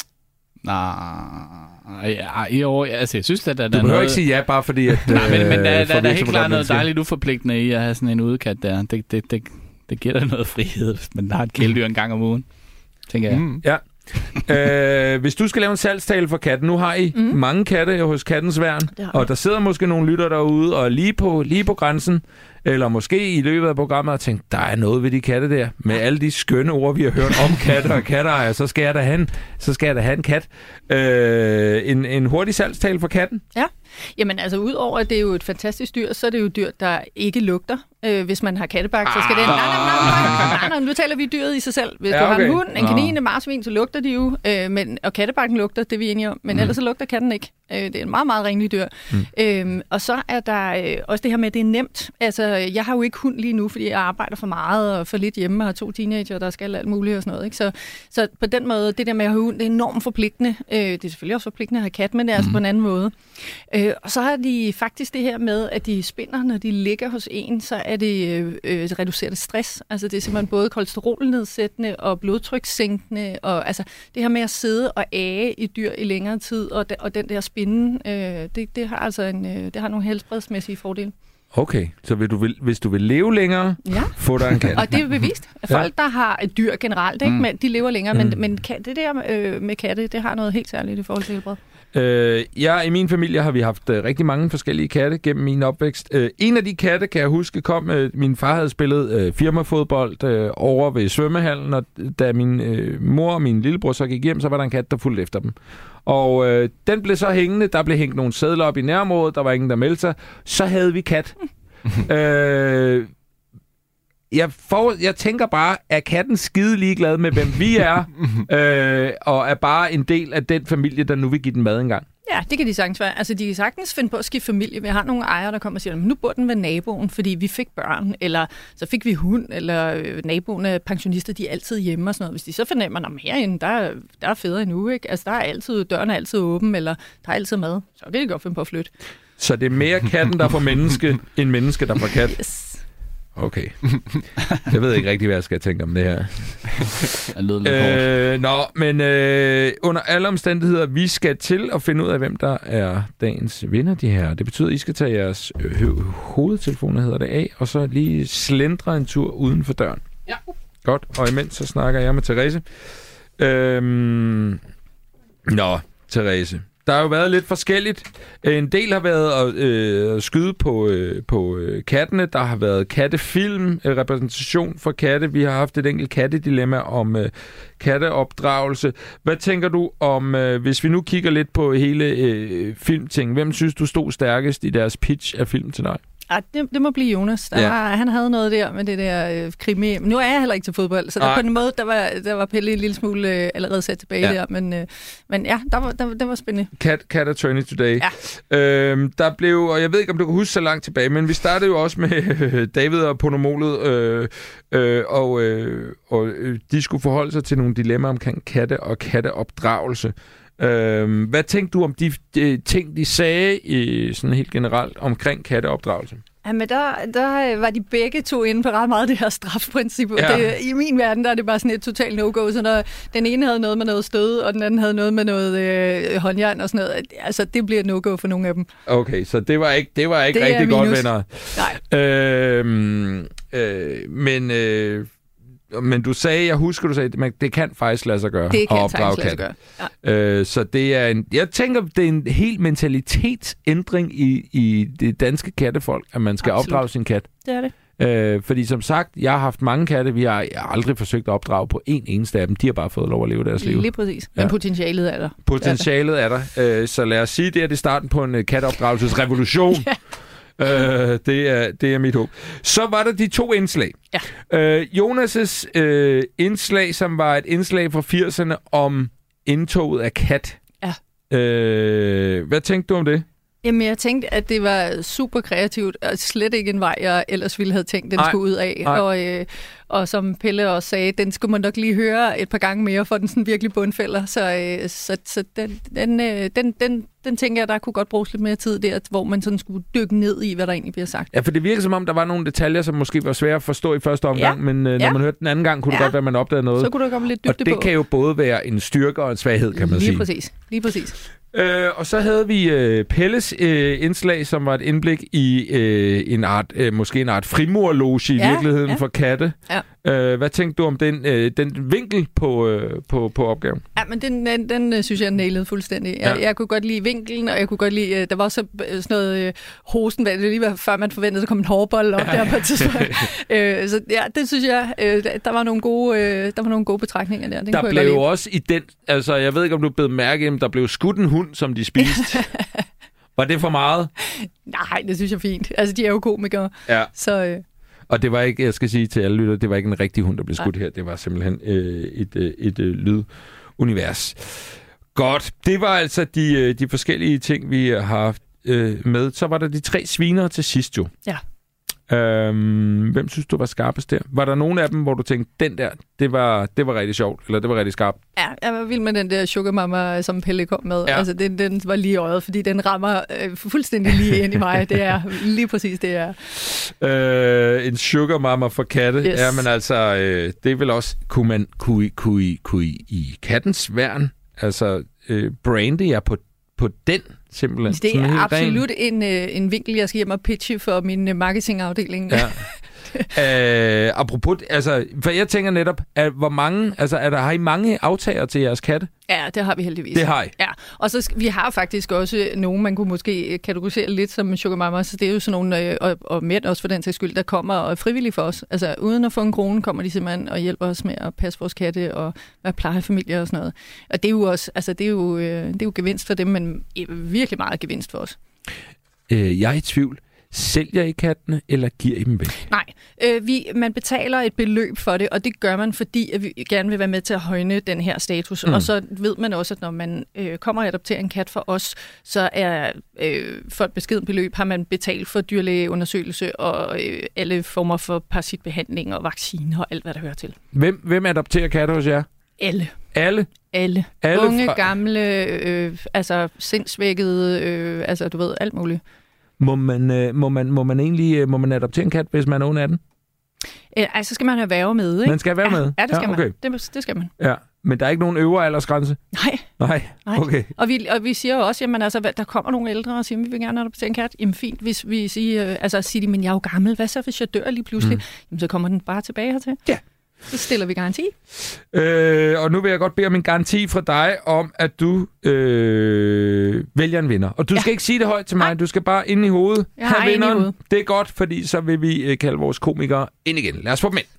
I år, altså jeg synes, at der er noget... Du behøver ikke sige ja, bare fordi at... Nej, men der er helt klart noget dejligt uforpligtende i at have sådan en udekat der. Det giver dig noget frihed, hvis man har et kæledyr en gang om ugen, tænker jeg. Ja. Hvis du skal lave en salgstale for katten, nu har I mange katte hos Kattens Værn, og der sidder måske nogle lytter derude, og lige på grænsen, eller måske i løbet af programmet og tænkt, der er noget ved de katte der. Med alle de skønne ord, vi har hørt om katte og katteejer, så skal jeg da have en kat. En hurtig salgstale for katten? Ja. Jamen altså, udover at det er jo et fantastisk dyr, så er det jo dyr, der ikke lugter. Hvis man har kattebak, så skal det... Nej, nu taler vi dyret i sig selv. Hvis du har en hund, en kanin, en marsvin, så lugter de jo. Og kattebakken lugter, det er vi enige om. Men ellers så lugter katten ikke. Det er en meget, meget renlig dyr. Og så er der også det her med, at det er nemt. Altså, jeg har jo ikke hund lige nu, fordi jeg arbejder for meget og for lidt hjemme og har 2 teenager, der skal alt muligt og sådan noget. Ikke? Så på den måde, det der med at have hund, det er enormt forpligtende. Det er selvfølgelig også forpligtende at have kat, men det er altså på en anden måde. Og så har de faktisk det her med, at de spinder, når de ligger hos en, så er det reduceret stress. Altså det er simpelthen både kolesterolnedsættende og blodtrykssænkende. Og altså det her med at sidde og age i dyr i længere tid, og den der spinde, det har altså det har nogle helbredsmæssige fordele. Okay, så hvis du vil leve længere, få dig en kat. Og det er bevist. Folk, der har et dyr generelt, ikke? Men de lever længere, men det der med katte, det har noget helt særligt i forhold til helbred. I min familie har vi haft rigtig mange forskellige katte gennem min opvækst. En af de katte, kan jeg huske, kom, min far havde spillet firmafodbold over ved svømmehallen, og da min mor og min lillebror så gik hjem, så var der en kat, der fulgte efter dem. Og den blev så hængende, der blev hængt nogle sedler op i nærområdet, der var ingen, der meldte sig. Så havde vi kat. jeg tænker bare, at katten skide ligeglad med, hvem vi er, og er bare en del af den familie, der nu vil give den mad engang. Ja, det kan de sagtens være. Altså, de kan sagtens finde på at skifte familie. Vi har nogle ejere, der kommer og siger, men nu bor den ved naboen, fordi vi fik børn, eller så fik vi hund, eller naboen er pensionister, de er altid hjemme og sådan noget. Hvis de så fornemmer, at herinde, der er fædre endnu, ikke? Altså, døren er altid åben, eller der er altid mad, så kan de godt finde på at flytte. Så det er mere katten, der får menneske, end menneske, der får kat? Yes. Okay. Jeg ved ikke rigtig, hvad jeg skal tænke om det her. Men under alle omstændigheder, vi skal til at finde ud af, hvem der er dagens vinder, de her. Det betyder, at I skal tage jeres hovedtelefoner, hedder det, af, og så lige slendre en tur uden for døren. Ja. Godt, og imens så snakker jeg med Therese. Therese. Der har jo været lidt forskelligt. En del har været at skyde på kattene. Der har været kattefilm, repræsentation for katte. Vi har haft et enkelt kattedilemma om katteopdragelse. Hvad tænker du om, hvis vi nu kigger lidt på hele filmting? Hvem synes du stod stærkest i deres pitch af film til dig? Det må blive Jonas. Han havde noget der med det der krimi. Nu er jeg heller ikke til fodbold, så der på en måde, der var Pelle en lille smule allerede sat tilbage der. Men ja, der var spændende. Cat Attorney Today. Ja. Der blev, og jeg ved ikke, om du kan huske så langt tilbage, men vi startede jo også med David og Ponomolet, og de skulle forholde sig til nogle dilemmaer omkring katte og katteopdragelse. Hvad tænkte du om de ting, de sagde sådan helt generelt omkring katteopdragelse? Jamen, der var de begge to inde på ret meget det her strafprincip. Ja. I min verden, der er det bare sådan et totalt no-go. Så når den ene havde noget med noget stød, og den anden havde noget med noget håndjern og sådan noget, altså det bliver et no-go for nogle af dem. Okay, så det var ikke rigtig godt, venner. Nej. Men du sagde, jeg husker, du sagde, det kan faktisk lade sig gøre at opdrage kat. Ja. Så det er jeg tænker, det er en helt mentalitetsændring i det danske kattefolk, at man skal opdrage sin kat. Det er det. Fordi som sagt, jeg har haft mange katte, vi har aldrig forsøgt at opdrage på en eneste af dem. De har bare fået lov at leve deres liv. Lige præcis. Men potentialet er der. Potentialet er der. Så lad os sige, det er starten på en katteopdragelsesrevolution. Ja. Det er mit håb. Så var der de 2 indslag. Ja. Jonas' indslag, som var et indslag fra 80'erne om indtoget af kat. Ja. Hvad tænkte du om det? Jamen, jeg tænkte, at det var super kreativt, og slet ikke en vej, jeg ellers ville have tænkt, den skulle ud af. Og som Pelle også sagde, den skulle man nok lige høre et par gange mere, for den sådan virkelig bundfælder. Så den tænker jeg, der kunne godt bruges lidt mere tid der, hvor man sådan skulle dykke ned i, hvad der egentlig bliver sagt. Ja, for det virker som om, der var nogle detaljer, som måske var svære at forstå i første omgang, men når man hørte den anden gang, kunne det godt være, at man opdagede noget. Så kunne der komme lidt dybde på. Og det kan jo både være en styrke og en svaghed, kan man sige. Lige præcis. Og så havde vi Pelles indslag, som var et indblik i en art frimurloge i virkeligheden for katte. Ja. Hvad tænkte du om den vinkel på opgaven? Ja, men den synes jeg nailede fuldstændig. Jeg kunne godt lide vinklen, og jeg kunne godt lide, der var også sådan noget hosten, det lige var før man forventede, så kom en hårbold op der på et tidspunkt. Så ja, det synes jeg, der var nogle gode betragtninger der. Der blev jo også i den, altså jeg ved ikke, om du blev mærke, der blev skudt en hund, som de spiste. Var det for meget? Nej, det synes jeg fint. Altså, de er jo komikere. Ja. Så... Og det var ikke, jeg skal sige til alle lytter, det var ikke en rigtig hund, der blev skudt her. Det var simpelthen et lydunivers. Godt. Det var altså de forskellige ting, vi har haft med. Så var der de 3 svinere til sidst jo. Ja. Hvem synes du var skarpest der? Var der nogen af dem, hvor du tænkte, den der, det var rigtig sjovt, eller det var rigtig skarpt? Ja, jeg var vild med den der Sugar Mama, som Pelle kom med. Ja. Altså, den var lige i øjet, fordi den rammer fuldstændig lige ind i mig. Det er lige præcis det, er. En Sugar Mama for katte. Yes. Ja, men altså, det er vel også, kunne i kattens værn, altså, brande jeg på den simpelthen. Det er absolut en vinkel, jeg skal hjem og pitche for min marketingafdeling. Ja. Apropos, altså, for jeg tænker netop, hvor mange, altså, har I mange aftagere til jeres katte? Ja, det har vi heldigvis. Det har I? Ja, og så vi har faktisk også nogen, man kunne måske kategorisere lidt som Sugar Mama, så det er jo sådan nogle, og mænd også for den sags skyld, der kommer og er frivillige for os. Altså, uden at få en krone, kommer de simpelthen og hjælper os med at passe vores katte og være plejefamilie og sådan noget. Og det er jo også, altså, det er jo gevinst for dem, men virkelig meget gevinst for os. Jeg er i tvivl. Sælger I kattene, eller giver I dem væk? Nej, man betaler et beløb for det, og det gør man, fordi at vi gerne vil være med til at højne den her status. Og så ved man også, at når man kommer og adopterer en kat for os, så er for et beskeden beløb har man betalt for dyrlægeundersøgelse og alle former for parasitbehandling og vacciner og alt, hvad der hører til. Hvem adopterer katte hos jer? Alle. Alle? Alle unge, gamle, altså sindsvækkede, altså du ved, alt muligt. Må man adoptere en kat, hvis man er under 18? Så skal man have værge med, ikke? Man skal have værge med? Ja, det skal man. Det skal man. Ja, men der er ikke nogen øvre aldersgrænse? Nej, okay. Og vi siger jo også, jamen altså, der kommer nogle ældre og siger, vi vil gerne adoptere en kat. Jamen fint, hvis vi siger de, men jeg er jo gammel, hvad så hvis jeg dør lige pludselig? Jamen så kommer den bare tilbage hertil. Ja. Så stiller vi garanti. Og nu vil jeg godt bede om en garanti fra dig om, at du vælger en vinder. Og du skal ikke sige det højt til mig, du skal bare ind i hovedet have vinderen. Det er godt, fordi så vil vi kalde vores komikere ind igen. Lad os få dem ind.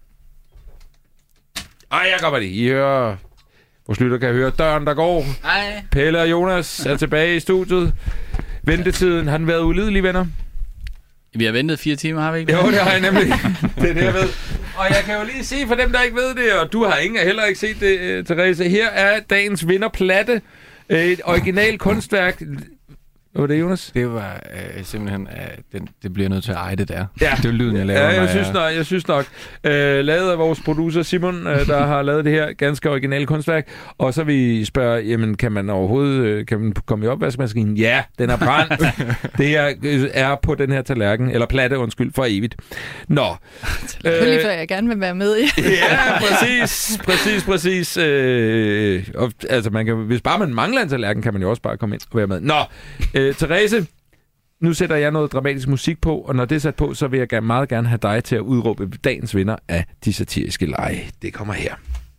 Jeg kommer lige. I hører, vores lytter kan høre døren, der går. Hej. Pelle og Jonas er tilbage i studiet. Ventetiden, har den været ulidelig, venner? Vi har ventet 4 timer, har vi ikke? Jo, det har jeg nemlig. Det er det, jeg ved. Og jeg kan jo lige se for dem, der ikke ved det, og du har heller ikke set det, Therese. Her er dagens vinderplatte. Et original kunstværk. Hvad var det, Jonas? Det var simpelthen, det bliver nødt til at eje det der. Ja. Det er lyden, jeg laver. Ja, jeg synes nok. Lavet af vores producer Simon, der har lavet det her ganske originale kunstværk. Og så vi spørger, jamen, kan man overhovedet komme i opvaskemaskinen? Ja, den er brændt. Det er på den her tallerken, eller platte, for evigt. Nå. Lige før jeg gerne vil være med i. Ja, præcis. Altså, hvis bare man mangler en tallerken, kan man jo også bare komme ind og være med. Nå. Therese, nu sætter jeg noget dramatisk musik på, og når det er sat på, så vil jeg meget gerne have dig til at udråbe dagens vinder af De Satiriske Lege. Det kommer her.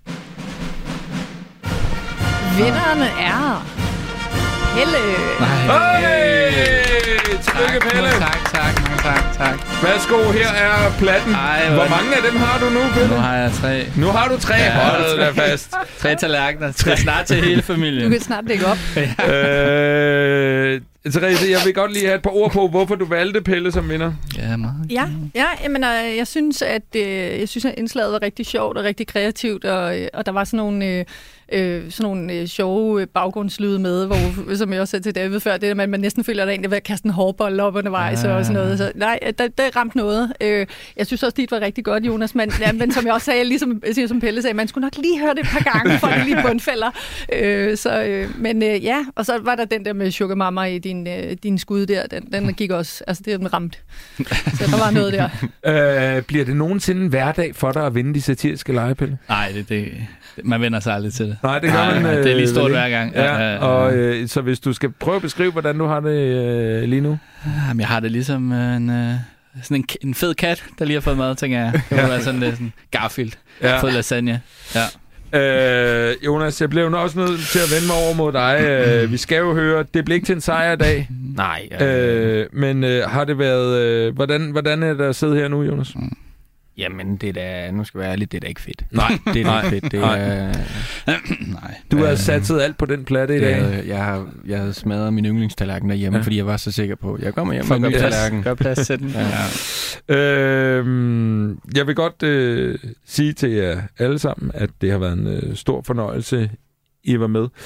Vinderne er Pelle. Tillykke, Pelle. Tak. Værsgo, her er platten. Hvor mange af dem har du nu, Pelle? Nu har jeg 3. Nu har du 3. Hold da fast. 3 tallerkener. Skal snart til hele familien. Du kan snart dække op. Therese, jeg vil godt lige have et par ord på, hvorfor du valgte Pelle som vinder. Ja, meget. Ja, jamen, jeg synes, at indslaget var rigtig sjovt og rigtig kreativt, og der var sådan nogle sjove baggrundslyde med, hvor, som jeg også sagde til David før, det der med, at man næsten føler, at der egentlig vil kaste en hårbold op undervejs og sådan noget. Så nej, der ramte noget. Jeg synes også, det var rigtig godt, Jonas, men som jeg også sagde, ligesom som Pelle sagde, man skulle nok lige høre det et par gange, for at lige bundfælder. Og så var der den der med Sugar Mama i din skud der, den gik også, altså det er den ramt. Så der var noget der. Bliver det nogensinde en hverdag for dig at vinde De Satiriske Lege, Pelle? Nej, man vender sig aldrig til det. Nej, det gør man. Det er lige stort hver gang. Så hvis du skal prøve at beskrive, hvordan du har det lige nu? Jamen, jeg har det ligesom sådan en fed kat, der lige har fået mad, tænker jeg. Det må være sådan lidt Garfield. Fået lasagne. Ja. Jonas, jeg blev også nødt til at vende mig over mod dig. Vi skal jo høre, det blev ikke til en sejr i dag. Nej. Men har det været... Hvordan er det at sidde her nu, Jonas? Jamen, det er da, nu skal jeg være ærlig, det er da ikke fedt. Nej, det er ikke fedt. Det er, nej. Du har satset alt på den platte i dag. Jeg havde smadret min yndlingstallerken derhjemme, fordi jeg var så sikker på, jeg kommer hjem med en tallerken. Gør plads til den. Jeg vil godt sige til jer alle sammen, at det har været en stor fornøjelse, I var med.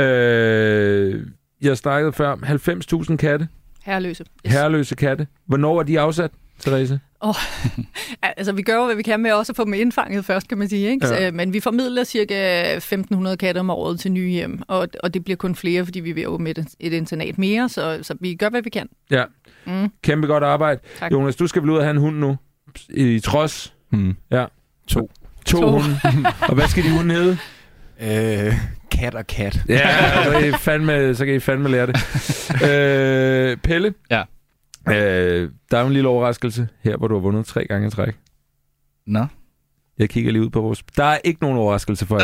Jeg snakkede før om 90.000 katte. Herreløse. Yes. Herreløse katte. Hvornår er de afsat, Therese? Altså, vi gør jo, hvad vi kan med også at få dem indfanget først, kan man sige. Ikke? Ja. Men vi formidler cirka 1.500 katte om året til nye hjem, og det bliver kun flere, fordi vi vil åbne et internat mere, så vi gør, hvad vi kan. Ja, kæmpe godt arbejde. Tak. Jonas, du skal vel ud og have en hund nu? I trods? Ja. 2 hunde. Og hvad skal de hunde hedde? Kat og kat. Ja, så kan I fandme lære det. Pelle? Ja. Der er jo en lille overraskelse her, hvor du har vundet 3 gange i træk. Nå. Jeg kigger lige ud på vores... Der er ikke nogen overraskelse for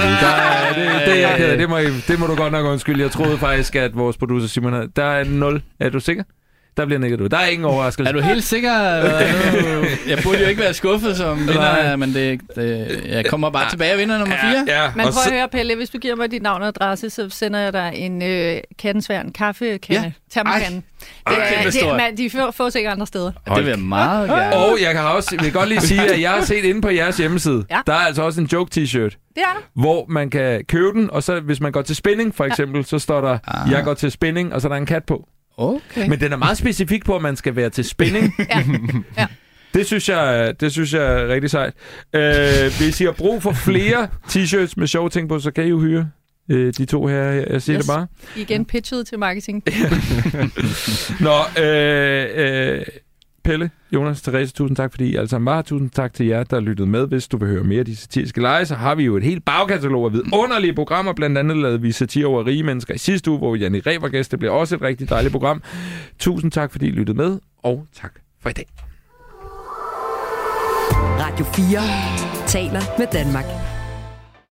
jer. Det må du godt nok undskylde. Jeg troede faktisk, at vores producer Simon havde... Der er 0. Er du sikker? Der bliver nikket ud. Der er ingen overraskelse. Er du helt sikker? Jeg burde jo ikke være skuffet som vinder, men jeg kommer bare tilbage og vinder nummer 4. Ja. Men prøv at høre, Pelle, hvis du giver mig dit navn og adresse, så sender jeg dig en kattensværn kaffekande. Termokande. De fås ikke andre steder. Det vil jeg meget gerne. Og jeg vil godt lige sige, at jeg har set inde på jeres hjemmeside, der er altså også en joke-t-shirt. Det er der. Hvor man kan købe den, og så hvis man går til spinning for eksempel, så står der, jeg går til spinning, og så er der en kat på. Okay. Men den er meget specifik på, at man skal være til spinning. Ja. Det synes jeg er rigtig sejt. Hvis I har brug for flere t-shirts med sjove ting på, så kan I jo hyre de to her. Jeg siger det bare. Igen pitchet til marketing. Nå, Pelle, Jonas, Therese, tusind tak, fordi I alle sammen var. Tusind tak til jer, der lyttede med. Hvis du vil høre mere af de satiriske lege, så har vi jo et helt bagkatalog af vidunderlige programmer. Blandt andet lavede vi satire over rige mennesker i sidste uge, hvor Janni Reh var gæst. Det bliver også et rigtig dejligt program. Tusind tak, fordi I lyttede med, og tak for i dag. Radio 4 taler med Danmark.